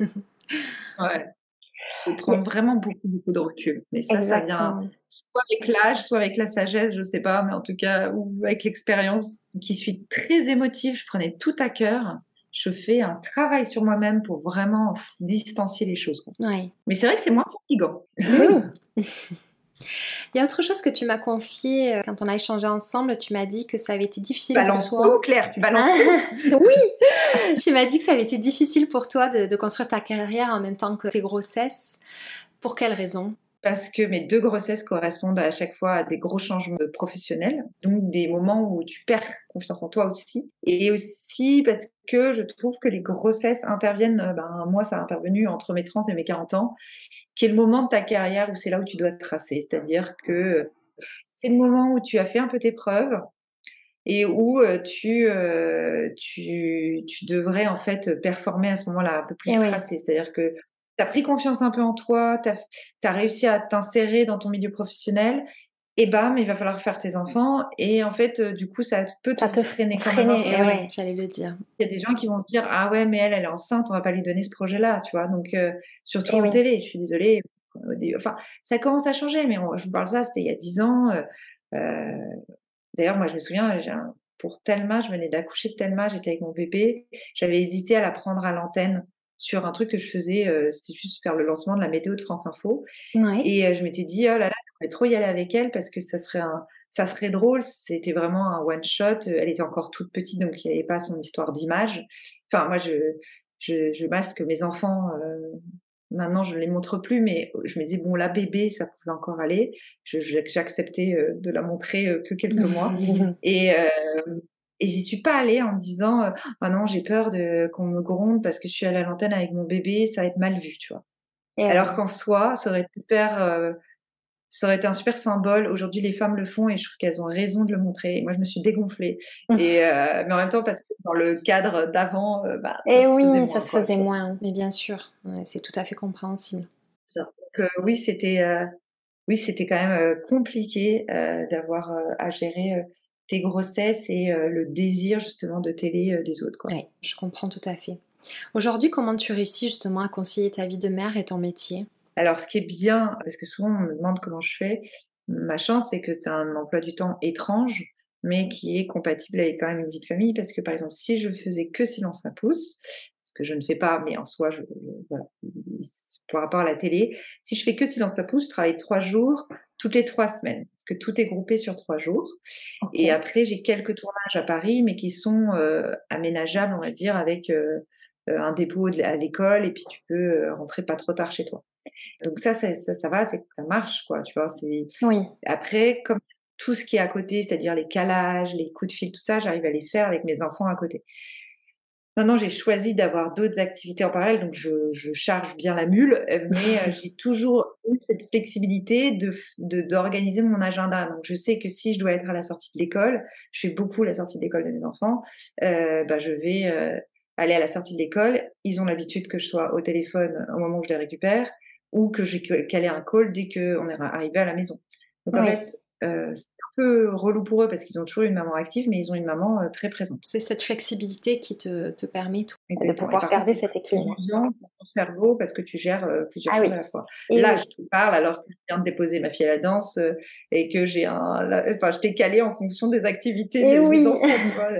ouais. Faut Y a- prendre vraiment beaucoup, beaucoup de recul. Mais ça, ça vient Exactement. soit avec l'âge, soit avec la sagesse, je sais pas, mais en tout cas, ou avec l'expérience, qui suis très émotive. Je prenais tout à cœur. Je fais un travail sur moi-même pour vraiment pff, distancier les choses, quoi. Ouais. Mais c'est vrai que c'est moins fatigant. Oui. Il y a autre chose que tu m'as confié euh, quand on a échangé ensemble. Tu m'as dit que ça avait été difficile pour Balance tout, toi. Claire, tu balances Ah, tout. oui. Tu m'as dit que ça avait été difficile pour toi de, de construire ta carrière en même temps que tes grossesses. Pour quelle raison? Parce que mes deux grossesses correspondent à chaque fois à des gros changements professionnels, donc des moments où tu perds confiance en toi aussi. Et aussi parce que je trouve que les grossesses interviennent, euh, ben, moi ça a intervenu entre mes trente et mes quarante ans, qui est le moment de ta carrière où c'est là où tu dois te tracer. C'est-à-dire que c'est le moment où tu as fait un peu tes preuves et où euh, tu, euh, tu, tu devrais en fait performer à ce moment-là, un peu plus Eh oui. tracé. C'est-à-dire que tu as pris confiance un peu en toi, tu as réussi à t'insérer dans ton milieu professionnel, et bam, il va falloir faire tes enfants. Et en fait, euh, du coup, ça peut te Ça te freiner quand même un freinait. peu. Eh Ouais. ouais, j'allais le dire. Il y a des gens qui vont se dire, ah ouais, mais elle, elle est enceinte, on va pas lui donner ce projet-là, tu vois. Donc, euh, surtout Eh en oui. télé, je suis désolée. Enfin, ça commence à changer, mais on- je vous parle de ça, c'était il y a dix ans. euh, euh, D'ailleurs, moi, je me souviens, j'ai un- pour Thelma, je venais d'accoucher de Thelma, j'étais avec mon bébé. J'avais hésité à la prendre à l'antenne sur un truc que je faisais, euh, c'était juste faire le lancement de la météo de France Info. Oui. Et euh, je m'étais dit, oh là là, je vais trop y aller avec elle parce que ça serait, un, ça serait drôle. C'était vraiment un one-shot. Elle était encore toute petite, donc il n'y avait pas son histoire d'image. Enfin, moi, je, je, je masque mes enfants. euh, Maintenant, je ne les montre plus, mais je me disais, bon, la bébé, ça pouvait encore aller. Je- je- J'acceptais euh, de la montrer euh, que quelques mois. Et, euh, et j'y suis pas allée en me disant, euh, ah non, j'ai peur de qu'on me gronde parce que je suis allée à l'antenne avec mon bébé, ça va être mal vu, tu vois. Eh Alors oui. qu'en soi, ça aurait été super, euh, ça aurait été un super symbole. Aujourd'hui, les femmes le font et je trouve qu'elles ont raison de le montrer. Et moi, je me suis dégonflée. Et, euh, mais en même temps, parce que dans le cadre d'avant, euh, bah, ça Eh se faisait oui, ça moins, se quoi. faisait moins. Mais bien sûr, ouais, c'est tout à fait compréhensible. Ça. Donc, euh, oui, c'était, euh, oui, c'était quand même euh, compliqué euh, d'avoir euh, à gérer euh, tes grossesses et euh, le désir justement de télé euh, des autres, quoi. Oui, je comprends tout à fait. Aujourd'hui, comment tu réussis justement à concilier ta vie de mère et ton métier? Alors, ce qui est bien, parce que souvent on me demande comment je fais, ma chance, c'est que c'est un emploi du temps étrange, mais qui est compatible avec quand même une vie de famille. Parce que par exemple, si je faisais que Silence ça pousse, que je ne fais pas, mais en soi, je, je, voilà, par rapport à la télé, si je fais que Silence ça pousse, je travaille trois jours toutes les trois semaines, parce que tout est groupé sur trois jours. Okay. Et après, j'ai quelques tournages à Paris, mais qui sont euh, aménageables, on va dire, avec euh, un dépôt à l'école, et puis tu peux rentrer pas trop tard chez toi. Donc ça, ça, ça, ça va, c'est, ça marche, quoi, tu vois. C'est... Oui. Après, comme tout ce qui est à côté, c'est-à-dire les calages, les coups de fil, tout ça, j'arrive à les faire avec mes enfants à côté. Maintenant, j'ai choisi d'avoir d'autres activités en parallèle, donc je, je charge bien la mule, mais euh, j'ai toujours eu cette flexibilité de, de, d'organiser mon agenda. Donc, je sais que si je dois être à la sortie de l'école, je fais beaucoup la sortie de l'école de mes enfants, euh, bah, je vais euh, aller à la sortie de l'école. Ils ont l'habitude que je sois au téléphone au moment où je les récupère ou que j'ai calé un call dès qu'on est arrivé à la maison. Donc, en Oui. fait, euh, c'est un peu relou pour eux parce qu'ils ont toujours une maman active, mais ils ont une maman euh, très présente. C'est cette flexibilité qui te, te permet tout, de pouvoir garder cet équilibre. C'est pour ton cerveau parce que tu gères euh, plusieurs ah choses oui. à la fois. Et là, oui. je te parle alors que je viens de déposer ma fille à la danse euh, et que j'ai un... Là, enfin, je t'ai calé en fonction des activités et de oui. mes enfants. Tu vois.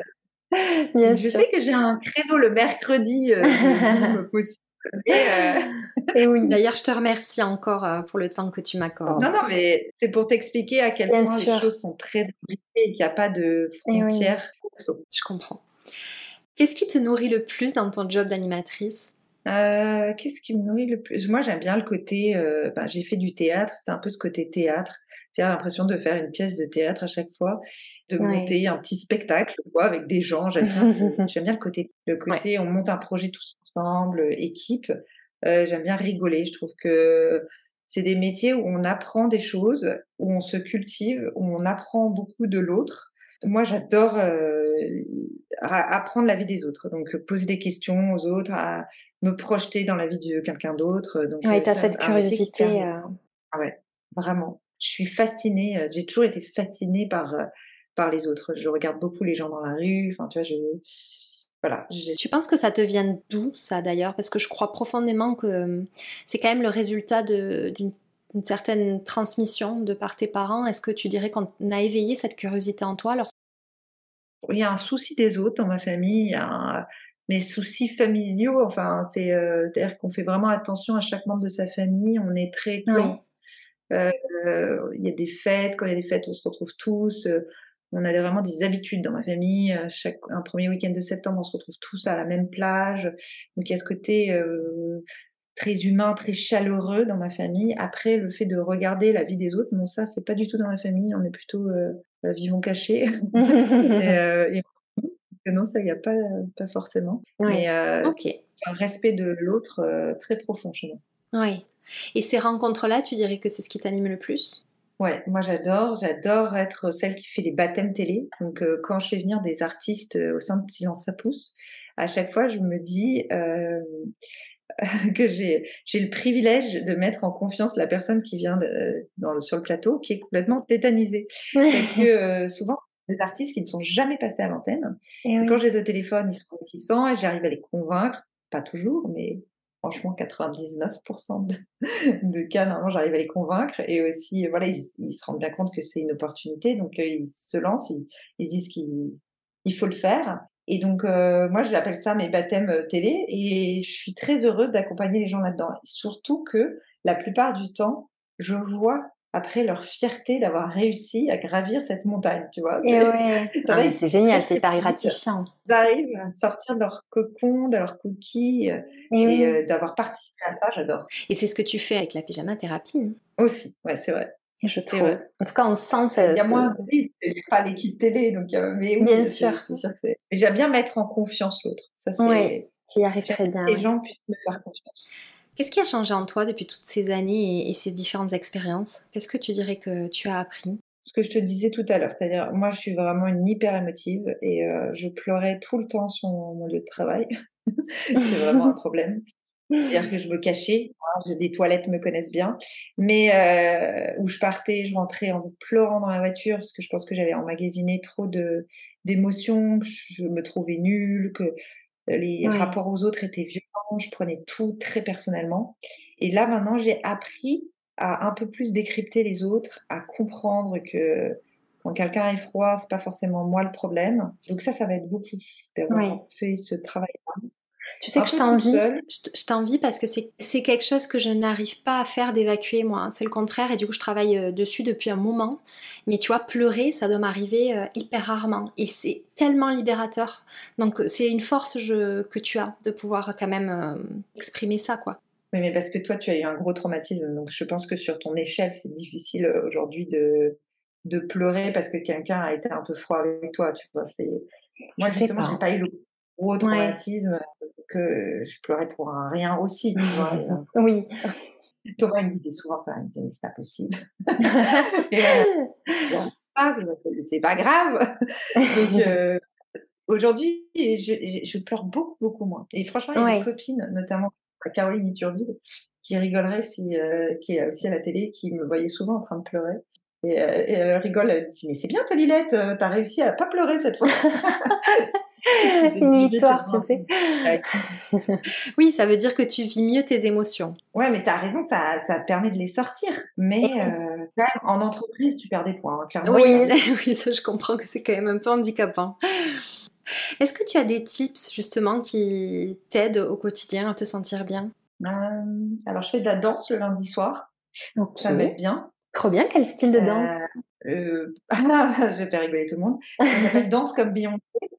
Bien je sûr. sais que j'ai un créneau le mercredi euh, de Zoom possible. Et, euh... et oui. D'ailleurs, je te remercie encore euh, pour le temps que tu m'accordes. Non, non, mais c'est pour t'expliquer à quel Bien point sûr. les choses sont très compliquées et qu'il n'y a pas de frontières. Oui. Je comprends. Qu'est-ce qui te nourrit le plus dans ton job d'animatrice ? Euh, qu'est-ce qui me nourrit le plus ? Moi, j'aime bien le côté... Euh, ben, j'ai fait du théâtre, c'était un peu ce côté théâtre. C'est-à-dire l'impression de faire une pièce de théâtre à chaque fois, de ouais. monter un petit spectacle quoi, avec des gens. J'aime bien, ce, j'aime bien le côté, le côté ouais. on monte un projet tous ensemble, équipe. Euh, j'aime bien rigoler. Je trouve que c'est des métiers où on apprend des choses, où on se cultive, où on apprend beaucoup de l'autre. Moi, j'adore euh, apprendre la vie des autres, donc poser des questions aux autres, à me projeter dans la vie de quelqu'un d'autre. Donc, ouais, tu as cette curiosité. Euh... Ah ouais, vraiment. Je suis fascinée, j'ai toujours été fascinée par, par les autres. Je regarde beaucoup les gens dans la rue, enfin, tu vois, je... Voilà, j'ai... Tu penses que ça te vient d'où, ça, d'ailleurs ? Parce que je crois profondément que c'est quand même le résultat de, d'une une certaine transmission de par tes parents. Est-ce que tu dirais qu'on a éveillé cette curiosité en toi alors... Il y a un souci des autres dans ma famille, il y a un... mes soucis familiaux, enfin, c'est, euh, c'est-à-dire qu'on fait vraiment attention à chaque membre de sa famille, on est très clan. Oui. Euh, il y a des fêtes, quand il y a des fêtes, on se retrouve tous. Euh, on a vraiment des habitudes dans ma famille. Chaque, un premier week-end de septembre, on se retrouve tous à la même plage. Donc il y a ce côté... Euh, très humain, très chaleureux dans ma famille. Après, le fait de regarder la vie des autres, non, ça, c'est pas du tout dans ma famille. On est plutôt euh, vivons cachés. et, euh, et... Non, ça, il n'y a pas, pas forcément. Oui. Mais euh, okay. un respect de l'autre euh, très profond chez moi. Oui. Et ces rencontres-là, tu dirais que c'est ce qui t'anime le plus ? Ouais, moi j'adore, j'adore être celle qui fait les baptêmes télé. Donc euh, quand je fais venir des artistes euh, au sein de Silence ça pousse, à chaque fois je me dis euh, que j'ai, j'ai le privilège de mettre en confiance la personne qui vient de, dans le, sur le plateau, qui est complètement tétanisée. Parce que euh, souvent, c'est des artistes qui ne sont jamais passés à l'antenne. Et, et oui. Quand je les ai au téléphone, ils sont réticents et j'arrive à les convaincre. Pas toujours, mais franchement, quatre-vingt-dix-neuf pour cent de, de cas, normalement, j'arrive à les convaincre. Et aussi, voilà, ils, ils se rendent bien compte que c'est une opportunité. Donc, euh, ils se lancent, ils, ils se disent qu'il il faut le faire. Et donc, euh, moi, j'appelle ça mes baptêmes euh, télé et je suis très heureuse d'accompagner les gens là-dedans. Et surtout que la plupart du temps, je vois après leur fierté d'avoir réussi à gravir cette montagne, tu vois. Et ouais. Ah, mais c'est génial, c'est hyper gratifiant. J'arrive à sortir de leur cocon, de leur coquille et, et oui. euh, d'avoir participé à ça, j'adore. Et c'est ce que tu fais avec la pyjama thérapie. Hein. Aussi, ouais, c'est vrai. Je trouve. En tout cas, on sent ça. Il y a moins de vie, il n'y a pas l'équipe télé, donc euh, mais oui, bien c'est, sûr. C'est sûr que c'est... Mais j'aime bien mettre en confiance l'autre. Ça, c'est. Oui, tu y arrives très bien. Que les ouais. gens puissent me faire confiance. Qu'est-ce qui a changé en toi depuis toutes ces années et, et ces différentes expériences ? Qu'est-ce que tu dirais que tu as appris ? Ce que je te disais tout à l'heure, c'est-à-dire, moi, je suis vraiment une hyper émotive et euh, je pleurais tout le temps sur mon lieu de travail. C'est vraiment un problème. C'est-à-dire que je me cachais, hein, les toilettes me connaissent bien, mais euh, où je partais, je rentrais en pleurant dans la voiture parce que je pense que j'avais emmagasiné trop de, d'émotions, que je me trouvais nulle, que les ouais. rapports aux autres étaient violents, je prenais tout très personnellement. Et là, maintenant, j'ai appris à un peu plus décrypter les autres, à comprendre que quand quelqu'un est froid, c'est pas forcément moi le problème. Donc ça, ça va être beaucoup d'avoir ouais. fait ce travail-là. Tu sais un que je peu toute t'envie, seule. je, t- je t'envie parce que c'est, c'est quelque chose que je n'arrive pas à faire d'évacuer moi, hein. C'est le contraire et du coup je travaille euh, dessus depuis un moment. Mais tu vois, pleurer, ça doit m'arriver euh, hyper rarement et c'est tellement libérateur. Donc euh, c'est une force je- que tu as de pouvoir quand même euh, exprimer ça quoi. Oui, mais parce que toi, tu as eu un gros traumatisme, donc je pense que sur ton échelle, c'est difficile, heu, aujourd'hui de de pleurer parce que quelqu'un a été un peu froid avec toi, tu vois? C'est Je moi, sais justement, j'ai pas. pas eu le gros Ouais. traumatisme, que je pleurais pour un rien aussi, tu vois? Et heu, Oui. Thomas, il me disait souvent ça, il me disait: «Mais c'est pas possible» et heu, bon, ça, c'est c'est c'est pas grave donc heu, aujourd'hui, je je pleure beaucoup, beaucoup moins et franchement, il y a des Ouais. copines, notamment Caroline Iturville, qui rigoleraient si, heu, qui est aussi à la télé, qui me voyait souvent en train de pleurer et heu et elle rigole, elle dit: «Mais c'est bien toi Lilette, heu, tu as réussi à pas pleurer cette fois». C'était Une limite victoire, tu sais. Oui, ça veut dire que tu vis mieux tes émotions. ouais, mais tu as raison, ça ça te permet de les sortir, Et mais oui. heu, quand même en entreprise, tu perds des points, hein, clairement, tu Oui, perds des points. oui, ça je comprends que c'est quand même un peu handicapant. Est-ce que tu as des tips justement qui t'aident au quotidien à te sentir bien? Hem, alors je fais de la danse le lundi soir, OK. ça m'aide bien. Trop bien, quel style de danse? Heu, heu, je vais faire rigoler tout le monde. Ça s'appelle Danse comme Beyoncé.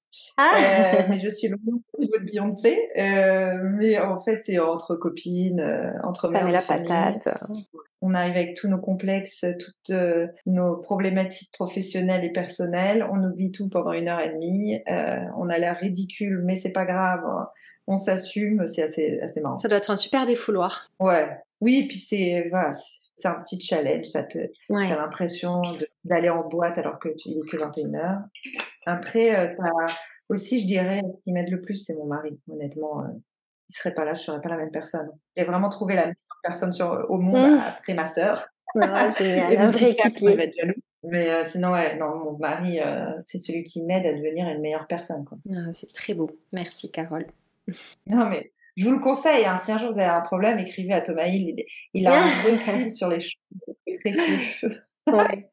Heu, Ah! mais je suis loin au niveau de Beyoncé, heu, mais en fait, c'est entre copines, heu, entre Ça mères met de la famille. patate. On arrive avec tous nos complexes, toutes, heu, nos problématiques professionnelles et personnelles. On oublie tout pendant une heure et demie. Heu, on a l'air ridicule, mais c'est pas grave, on s'assume, c'est assez assez marrant. Ça doit être un super défouloir. Ouais, oui, et puis c'est voilà, c'est un petit challenge, ça te tu as Ouais. l'impression de d'aller en boîte alors que tu il est que vingt et une heures. Après, heu, tu as aussi, je dirais, ce qui m'aide le plus, c'est mon mari. Honnêtement, heu, il serait pas là, je serais pas la même personne. J'ai vraiment trouvé la meilleure personne sur au monde Mmh. après ma sœur Oh génial, et un mon vrai petit frère, il va équipier. être jaloux. Mais heu, sinon, ouais, non, mon mari, heu, c'est celui qui m'aide à devenir une meilleure personne, quoi. Ah, c'est très beau. Merci Carole. Non, mais je vous le conseille, hein, si un jour vous avez un problème, écrivez à Thomas Hill, il il a un recul sur les choses, c'est précieux. Ouais.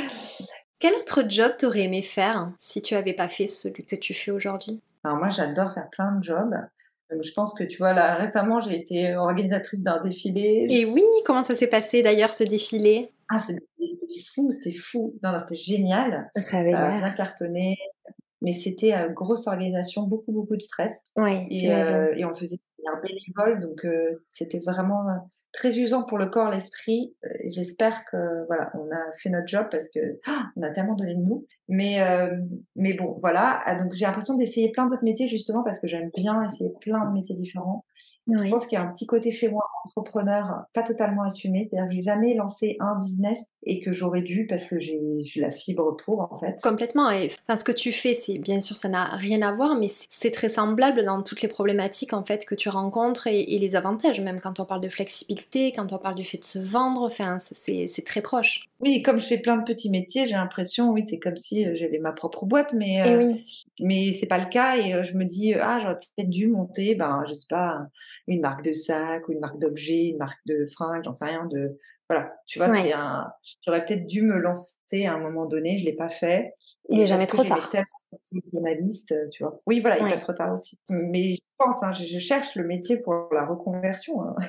Quel autre job t'aurais aimé faire si tu avais pas fait celui que tu fais aujourd'hui? Alors moi, j'adore faire plein de jobs. Donc je pense que tu vois, là, récemment, j'ai été organisatrice d'un défilé. Et oui, comment ça s'est passé d'ailleurs ce défilé? Ah, c'était c'était fou, c'était fou. Non, non, c'était génial. Ça avait Ça a bien l'air. cartonné, mais c'était, heu, grosse organisation, beaucoup, beaucoup de stress Oui, et j'imagine. heu et on faisait un bénévole donc heu, c'était vraiment, heu, très usant pour le corps, l'esprit. Heu, j'espère que, voilà, on a fait notre job parce que ah, on a tellement donné de nous. Mais hem, mais bon, voilà. Ah donc j'ai l'impression d'essayer plein d'autres métiers justement parce que j'aime bien essayer plein de métiers différents. Je Oui. pense qu'il y a un petit côté chez moi entrepreneur, pas totalement assumé. C'est-à-dire que j'ai jamais lancé un business et que j'aurais dû parce que j'ai j'ai la fibre pour, en fait. Complètement et enfin, ce que tu fais, c'est bien sûr, ça n'a rien à voir, mais c'est c'est très semblable dans toutes les problématiques en fait que tu rencontres et, et les avantages, même quand on parle de flexibilité, quand on parle du fait de se vendre, enfin, c'est c'est très proche. Oui, comme je fais plein de petits métiers, j'ai l'impression, oui, c'est comme si, heu, j'avais ma propre boîte, mais Et heu, oui. mais c'est pas le cas et heu, je me dis: «Ah, j'aurais peut-être dû monter, ben, je sais pas, une marque de sacs ou une marque d'objets, une marque de fringues», j'en sais rien, de voilà, tu vois? C'est Ouais. un j'aurais peut-être dû me lancer à un moment donné, je l'ai pas fait Il et est jamais parce que trop j'aimais tard. tellement être journaliste, heu, tu vois? Oui, voilà, il est pas Ouais. trop tard aussi. Mais je pense, hein, je je cherche le métier pour la reconversion, hein.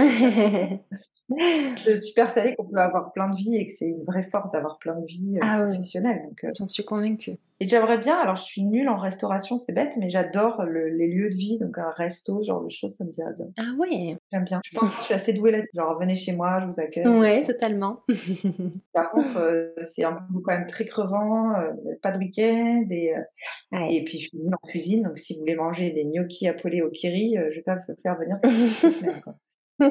Je suis persuadée qu'on peut avoir plein de vies et que c'est une vraie force d'avoir plein de vies, heu, Ah oui, professionnelles donc heu j'en suis convaincue. et j'aimerais bien alors je suis nulle en restauration, c'est bête, mais j'adore le les lieux de vie, donc un resto, ce genre de choses, ça me dirait bien. Ah ouais. J'aime bien. Je pense que je suis assez douée là-dessus, genre: «Venez chez moi, je vous accueille», c'est Ouais, super. totalement. Par contre, heu, c'est un boulot quand même très crevant, heu, pas de week-end et heu Ouais. et puis je suis nulle en cuisine, donc si vous voulez manger des gnocchis apolés au kiri, heu, je vais pas vous faire venir toutes les semaines, quoi.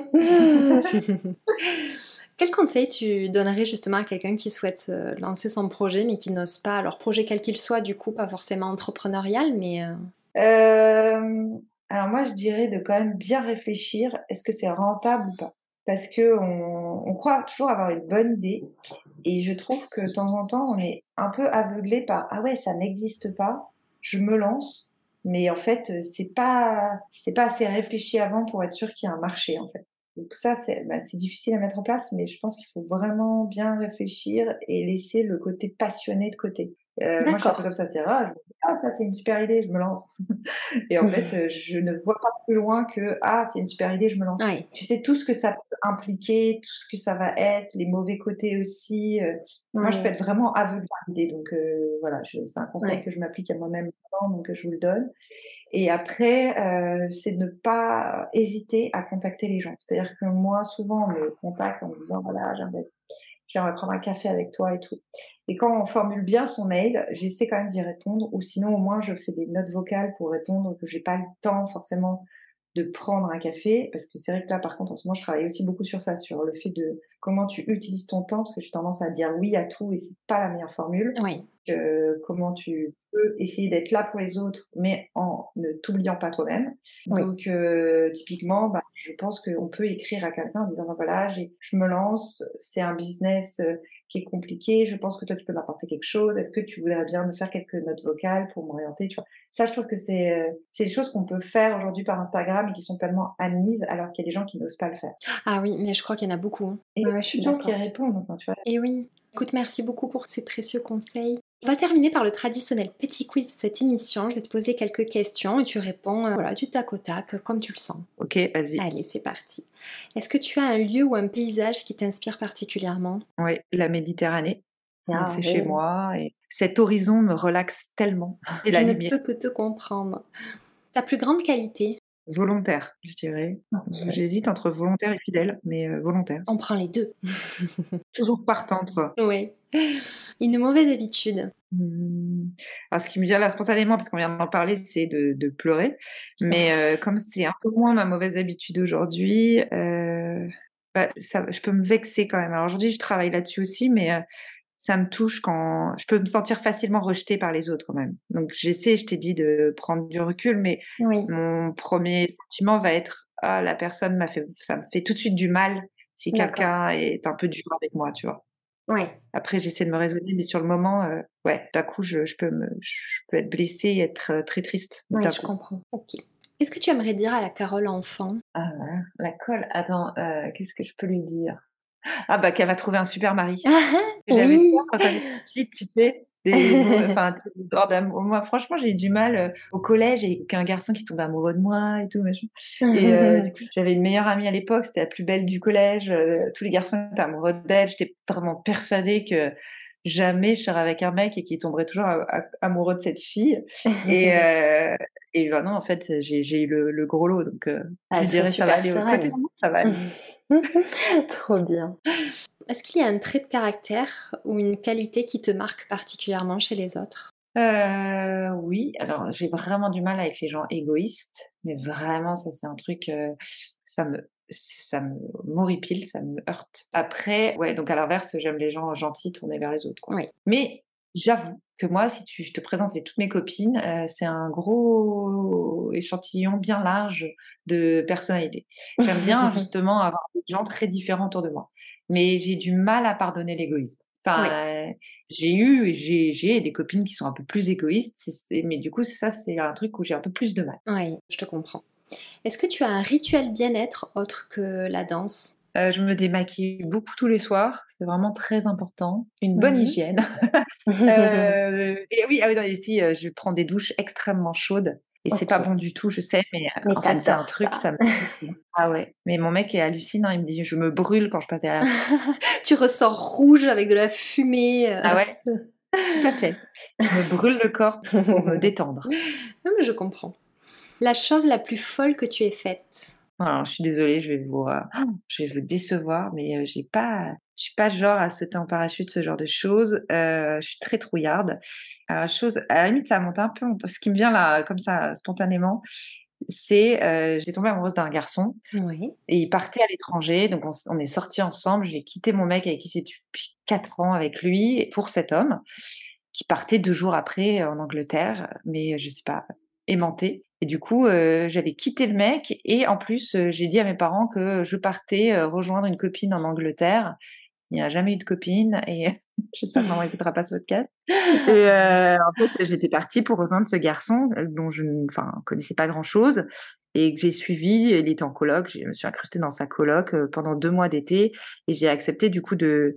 Quel conseil tu donnerais justement à quelqu'un qui souhaite euh, lancer son projet mais qui n'ose pas, alors projet quel qu'il soit du coup, pas forcément entrepreneurial, mais euh, Hem, alors moi, je dirais de quand même bien réfléchir, est-ce que c'est rentable ou pas? Parce qu'on on croit toujours avoir une bonne idée et je trouve que de temps en temps, on est un peu aveuglé par: «Ah ouais, ça n'existe pas, je me lance», mais en fait, heu, c'est pas c'est pas assez réfléchi avant pour être sûr qu'il y a un marché, en fait. Donc ça, c'est bah, c'est difficile à mettre en place, mais je pense qu'il faut vraiment bien réfléchir et laisser le côté passionné de côté. Heu, moi, je suis un peu D'accord. comme ça, c'est-à-dire, ah, je me dis: «Ah ça, c'est une super idée, je me lance» et en fait, heu, je ne vois pas plus loin que: «Ah, c'est une super idée, je me lance». Ouais, Tu sais, tout ce que ça peut impliquer, tout ce que ça va être, les mauvais côtés aussi, heu, moi, je peux oui, être vraiment aveugle par l'idée donc heu, voilà, je c'est un conseil ouais, que je m'applique à moi-même maintenant, donc heu, je vous le donne et après, heu, c'est de ne pas hésiter à contacter les gens. C'est-à-dire que moi, souvent, on me contacte en me disant: «Voilà, j'aimerais j'aimerais prendre un café avec toi et tout». Et quand on formule bien son mail, j'essaie quand même d'y répondre ou sinon au moins je fais des notes vocales pour répondre que j'ai pas le temps forcément de prendre un café. Parce que c'est vrai que là, par contre, en ce moment, je travaille aussi beaucoup sur ça, sur le fait de comment tu utilises ton temps, parce que j'ai tendance à dire oui à tout et c'est pas la meilleure formule. oui, Heu, comment tu peux essayer d'être là pour les autres, mais en ne t'oubliant pas toi-même. oui. Donc heu, typiquement, bah, je pense qu'on peut écrire à quelqu'un en disant: «Ben voilà, j'ai je me lance, c'est un business, heu, qui est compliqué, je pense que toi tu peux m'apporter quelque chose. Est-ce que tu voudrais bien me faire quelques notes vocales pour m'orienter?» Tu vois? Ça, je trouve que c'est, heu, c'est des choses qu'on peut faire aujourd'hui par Instagram et qui sont tellement admises, alors qu'il y a des gens qui n'osent pas le faire. Ah oui, mais je crois qu'il y en a beaucoup, hein. Et Ouais, ouais, je peu suis de gens qui d'accord. répondent, enfin, tu vois? Et oui. Écoute, merci beaucoup pour ces précieux conseils. On va terminer par le traditionnel petit quiz de cette émission. Je vais te poser quelques questions et tu réponds, heu, voilà, du tac au tac, euh, comme tu le sens. OK, vas-y. Allez, c'est parti. Est-ce que tu as un lieu ou un paysage qui t'inspire particulièrement? Ouais, la Méditerranée. Donc Ah c'est chez oui, moi et cet horizon me relaxe tellement et la je ne lumière. peux que te comprendre. Ta plus grande qualité? Volontaire, je dirais. OK. J'hésite entre volontaire et fidèle, mais heu, volontaire. On prend les deux. Toujours partante, quoi. Oui. Une mauvaise habitude? Mmh, alors ce qui me vient là spontanément, parce qu'on vient d'en parler, c'est de de pleurer. Mais heu, comme c'est un peu moins ma mauvaise habitude aujourd'hui, heu, bah, ça je peux me vexer quand même. Alors aujourd'hui, je travaille là-dessus aussi, mais heu, ça me touche quand je peux me sentir facilement rejetée par les autres quand même. Donc j'essaie, je t'ai dit, de prendre du recul, mais Oui, mon premier sentiment va être: «Ah la personne m'a fait ça me fait tout de suite du mal si d'accord. quelqu'un est un peu dur avec moi», tu vois? Ouais, Après j'essaie de me raisonner, mais sur le moment, heu, ouais, d'un coup je je peux me je peux être blessée et être, heu, très triste oui, d'un je coup. comprends. OK. Qu'est-ce que tu aimerais dire à la Carole enfant? Ah là, la colle, attends, heu, qu'est-ce que je peux lui dire? Ah bah, qu'elle va trouver un super mari. Ah ah! J'avais peur Oui! quand elle était petite, tu sais, des mau enfin, des histoires d'amour. Moi, franchement, j'ai eu du mal, heu, au collège avec un garçon qui tombait amoureux de moi et tout machin et heu, du coup, j'avais une meilleure amie à l'époque, c'était la plus belle du collège, heu, tous les garçons étaient amoureux d'elle. J'étais vraiment persuadée que jamais je serais avec un mec et qu'il tomberait toujours a a amoureux de cette fille et heu et bah, non, en fait, j'ai j'ai eu le le gros lot donc heu, je Ah, elle lui serait dirais: «Ça va super aller, côté sereine. amour, ça va aller». Trop bien. Est-ce qu'il y a un trait de caractère ou une qualité qui te marque particulièrement chez les autres? Heu, oui, alors j'ai vraiment du mal avec les gens égoïstes, mais vraiment ça c'est un truc, heu, ça me ça me m'horripile, ça me heurte. Après, ouais, donc à l'inverse, j'aime les gens gentils tournés vers les autres, quoi. Oui. Mais j'avoue que moi, si tu je te présente, c'est toutes mes copines, heu, c'est un gros échantillon bien large de personnalités. J'aime bien justement avoir des gens très différents autour de moi, mais j'ai du mal à pardonner l'égoïsme. Oui, Enfin, j'ai eu et j'ai j'ai des copines qui sont un peu plus égoïstes, c'est c'est mais du coup, ça, c'est un truc où j'ai un peu plus de mal. oui, je te comprends. Est-ce que tu as un rituel bien-être autre que la danse? Heu, je me démaquille beaucoup tous les soirs, c'est vraiment très important. Une bonne Mmh hygiène. Heu et oui, ah oui, non et si, heu, je prends des douches extrêmement chaudes et c'est pas OK. bon du tout, je sais, mais heu, Mais en tu fait, c'est un adores truc, ça. ça me ah ouais, mais mon mec est hallucinant, il me dit: «Je me brûle quand je passe derrière». Tu ressors rouge avec de la fumée, Ah heu. ouais, tout à fait. Je me brûle le corps pour me détendre. Non, mais je comprends. La chose la plus folle que tu aies faite? Alors, je suis désolée, je vais vous, heu, je vais vous décevoir, mais heu, j'ai pas je suis pas genre à sauter en parachute, ce genre de choses. Heu, je suis très trouillarde. Alors la chose à la limite, ça monte un peu en ce qui me vient là, comme ça, spontanément, c'est, heu, j'étais tombée amoureuse d'un garçon Oui. et il partait à l'étranger, donc on s on est sortis ensemble. J'ai quitté mon mec avec qui j'étais depuis quatre ans avec lui pour cet homme qui partait deux jours après en Angleterre, mais je sais pas, aimanté et du coup, heu, j'avais quitté le mec et en plus, heu, j'ai dit à mes parents que je partais, heu, rejoindre une copine en Angleterre. Il n'y a jamais eu de copine et j'espère que maman écoutera pas ce podcast et heu, en fait, j'étais partie pour rejoindre ce garçon, heu, dont je ne enfin, connaissais pas grand-chose et que j'ai suivi. Il était en coloc, je me suis incrustée dans sa coloc, heu, pendant deux mois d'été et j'ai accepté du coup de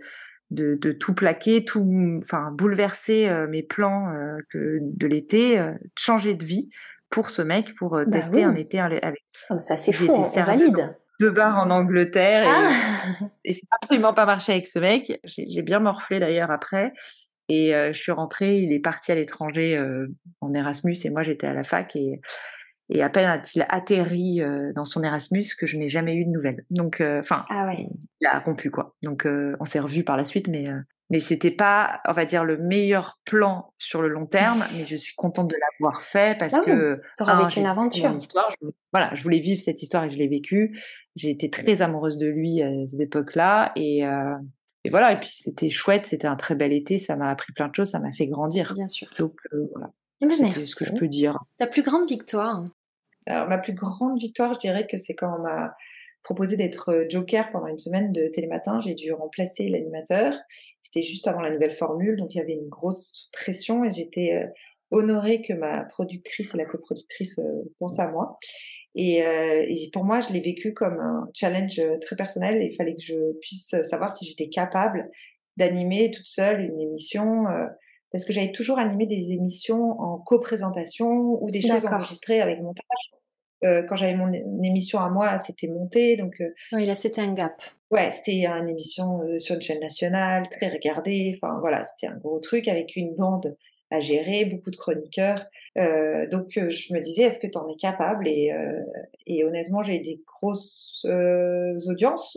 de, de tout plaquer, tout, enfin bouleverser euh, mes plans euh, que, de l'été, euh, changer de vie pour ce mec, pour euh, Bah tester un oui. été avec. Oh, mais ça, c'est J'ai fou, été on, on serveuse valide. de bar en Angleterre et, Ah et c'est absolument pas marché avec ce mec. J'ai, j'ai bien morflé d'ailleurs après. Et euh, je suis rentrée, il est parti à l'étranger euh, en Erasmus et moi j'étais à la fac et, et à peine a-t-il atterri euh, dans son Erasmus que je n'ai jamais eu de nouvelles. Donc, enfin, Ah ouais. il a rompu quoi. Donc euh, on s'est revus par la suite, mais euh, mais c'était pas, on va dire, le meilleur plan sur le long terme. Mais je suis contente de l'avoir fait parce Ah oui, que t'auras un, vécu une j'ai vécu mon aventure. histoire. Je, voilà, je voulais vivre cette histoire et je l'ai vécue. J'ai été très amoureuse de lui à cette époque-là et euh, et voilà, et puis c'était chouette, c'était un très bel été, ça m'a appris plein de choses, ça m'a fait grandir. Bien sûr. Donc euh, voilà, Eh ben, c'était ce que merci. je peux dire. Ta plus grande victoire? Alors ma plus grande victoire, je dirais que c'est quand on m'a proposé d'être euh, joker pendant une semaine de Télématin. J'ai dû remplacer l'animateur. C'était juste avant la nouvelle formule, donc il y avait une grosse pression et j'étais euh, honorée que ma productrice et la coproductrice euh, pensent à moi. Et, euh, et pour moi, je l'ai vécu comme un challenge euh, très personnel. Il fallait que je puisse savoir si j'étais capable d'animer toute seule une émission, euh, parce que j'avais toujours animé des émissions en coprésentation ou des choses D'accord. enregistrées avec montage. Euh, quand j'avais mon é- une émission à moi, c'était monté. Donc, euh, Oui, là, c'était un gap. ouais, c'était une émission euh, sur une chaîne nationale, très regardée. Enfin, voilà, c'était un gros truc avec une bande à gérer, beaucoup de chroniqueurs. Euh, donc, euh, je me disais, est-ce que tu en es capable? Et, euh, et honnêtement, j'ai eu des grosses euh, audiences.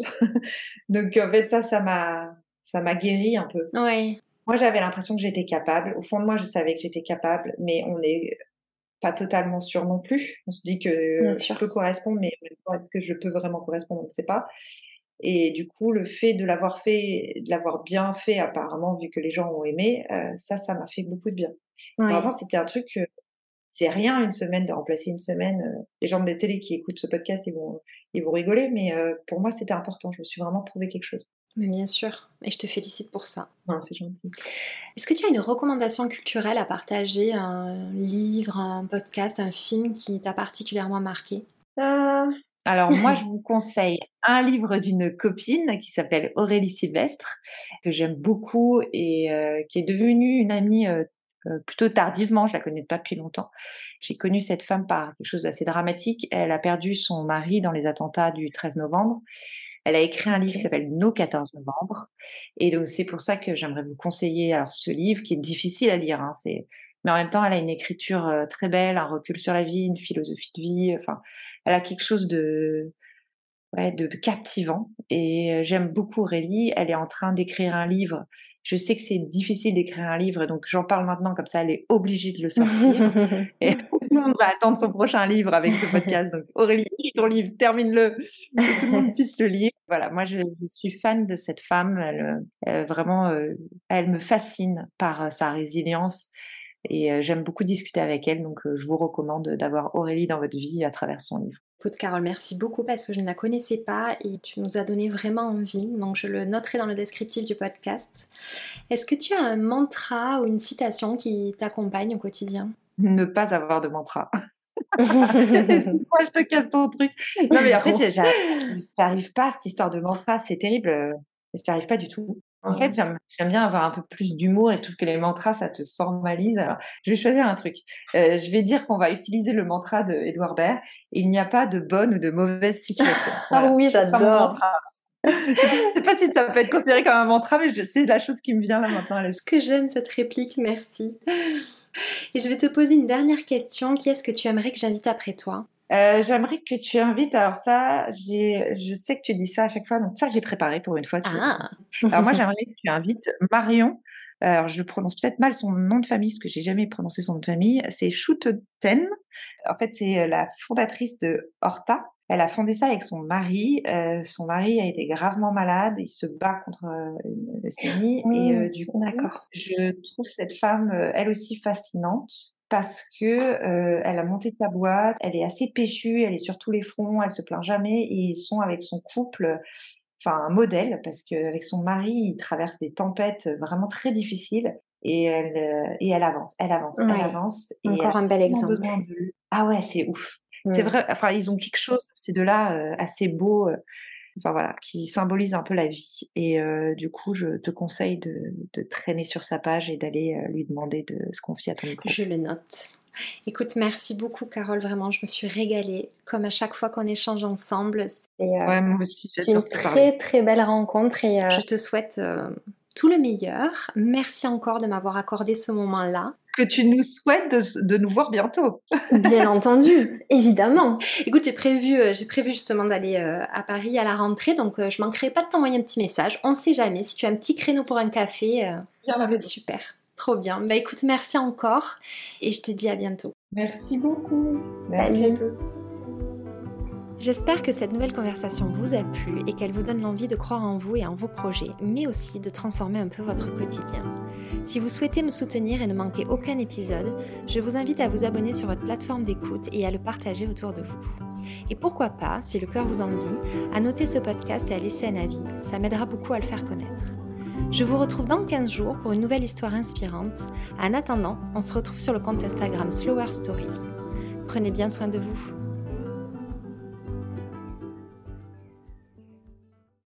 Donc, en fait, ça, ça m'a, ça m'a guéri un peu. Oui, Moi, j'avais l'impression que j'étais capable. Au fond de moi, je savais que j'étais capable, mais on n'est pas totalement sûr non plus. On se dit que bien je sûr. peux correspondre, mais en même temps, est-ce que je peux vraiment correspondre? On ne sait pas. Et du coup, le fait de l'avoir fait, de l'avoir bien fait apparemment, vu que les gens ont aimé, heu, ça, ça m'a fait beaucoup de bien. Oui. Vraiment, c'était un truc, heu, c'est rien une semaine, de remplacer une semaine, heu, les gens de la télé qui écoutent ce podcast, ils vont ils vont rigoler, mais heu, pour moi, c'était important. Je me suis vraiment prouvé quelque chose. Mais bien sûr. Et je te félicite pour ça. Ah, c'est gentil. Est-ce que tu as une recommandation culturelle à partager, un livre, un podcast, un film qui t'a particulièrement marqué? Ah, alors moi, je vous conseille un livre d'une copine qui s'appelle Aurélie Sylvestre, que j'aime beaucoup et heu, qui est devenue une amie, heu heu, plutôt tardivement. Je la connais pas depuis longtemps. J'ai connu cette femme par quelque chose d'assez dramatique. Elle a perdu son mari dans les attentats du treize novembre. Elle a écrit un livre qui OK. s'appelle Nos quatorze novembre et donc c'est pour ça que j'aimerais vous conseiller alors ce livre qui est difficile à lire, hein, c'est mais en même temps, elle a une écriture, heu, très belle, un recul sur la vie, une philosophie de vie, enfin, elle a quelque chose de ouais, de captivant et heu, j'aime beaucoup Aurélie. Elle est en train d'écrire un livre. Je sais que c'est difficile d'écrire un livre, donc j'en parle maintenant, comme ça elle est obligée de le sortir et tout le monde va attendre son prochain livre avec ce podcast. Donc Aurélie, écris ton livre, termine-le, que tout le monde puisse le lire. Voilà, moi je je suis fan de cette femme. Elle, heu, vraiment, heu, elle me fascine par, heu, sa résilience et heu, j'aime beaucoup discuter avec elle, donc heu, je vous recommande d'avoir Aurélie dans votre vie à travers son livre. Écoute Carole, merci beaucoup parce que je ne la connaissais pas et tu nous as donné vraiment envie, donc je le noterai dans le descriptif du podcast. Est-ce que tu as un mantra ou une citation qui t'accompagne au quotidien? Ne pas avoir de mantra. Excuse-moi, je te casse ton truc. Non, mais en fait, Non. j'ai j'a j'arrive pas à cette histoire de mantra, c'est terrible, heu, j'y arrive pas du tout. En fait, j'aime j'aime bien avoir un peu plus d'humour et je trouve que les mantras, ça te formalise. Alors, je vais choisir un truc. Heu, je vais dire qu'on va utiliser le mantra de Édouard Baird: «Il n'y a pas de bonne ou de mauvaise situation». Ah Voilà, oui, c'est ça mon j'adore. mantra. Je sais pas si ça peut être considéré comme un mantra, mais je c'est la chose qui me vient là maintenant à Ce l'esprit. que j'aime cette réplique, merci. Et je vais te poser une dernière question. Qui est-ce que tu aimerais que j'invite après toi? Heu, j'aimerais que tu invites alors ça, j'ai je sais que tu dis ça à chaque fois, donc ça, j'ai préparé pour une fois, tu vois? Ah! Alors moi, j'aimerais que tu invites Marion, alors je prononce peut-être mal son nom de famille, parce que j'ai jamais prononcé son nom de famille, c'est Schouten. En fait, c'est, heu, la fondatrice de Horta. Elle a fondé ça avec son mari, heu, son mari a été gravement malade, il se bat contre, heu, une leucémie et heu, Mmh, du coup, d'accord. je trouve cette femme, heu, elle aussi fascinante parce que, heu, elle a monté sa boîte, elle est assez péchue, elle est sur tous les fronts, elle se plaint jamais et ils sont avec son couple, enfin un modèle parce qu'avec son mari, ils traversent des tempêtes, vraiment très difficiles et elle, heu et elle avance, elle avance, elle Oui, avance et elle a encore un bel tellement exemple. besoin de lui. Ah ouais, c'est ouf. C'est Mmh. vrai, enfin ils ont quelque chose, ces deux-là, heu, assez beau, heu enfin voilà, qui symbolise un peu la vie. Et euh, du coup, je te conseille de, de traîner sur sa page et d'aller euh, lui demander de se confier à ton micro. Je le note. Écoute, merci beaucoup Carole, vraiment, je me suis régalée. Comme à chaque fois qu'on échange ensemble, c'est, euh, Ouais, moi aussi, c'est j'adore une te parler. très très belle rencontre et euh, je te souhaite euh, tout le meilleur. Merci encore de m'avoir accordé ce moment-là. Que tu nous souhaites de, de nous voir bientôt. Bien entendu, évidemment. Écoute, j'ai prévu, euh, j'ai prévu justement d'aller euh, à Paris à la rentrée, donc euh, je manquerai pas de t'envoyer un petit message. On sait jamais, si tu as un petit créneau pour un café, euh, Bien la raison. super, trop bien. Bah écoute, merci encore et je te dis à bientôt. Merci beaucoup. Merci Salut. à tous. J'espère que cette nouvelle conversation vous a plu et qu'elle vous donne l'envie de croire en vous et en vos projets, mais aussi de transformer un peu votre quotidien. Si vous souhaitez me soutenir et ne manquer aucun épisode, je vous invite à vous abonner sur votre plateforme d'écoute et à le partager autour de vous. Et pourquoi pas, si le cœur vous en dit, à noter ce podcast et à laisser un avis, ça m'aidera beaucoup à le faire connaître. Je vous retrouve dans quinze jours pour une nouvelle histoire inspirante. En attendant, on se retrouve sur le compte Instagram Slower Stories. Prenez bien soin de vous.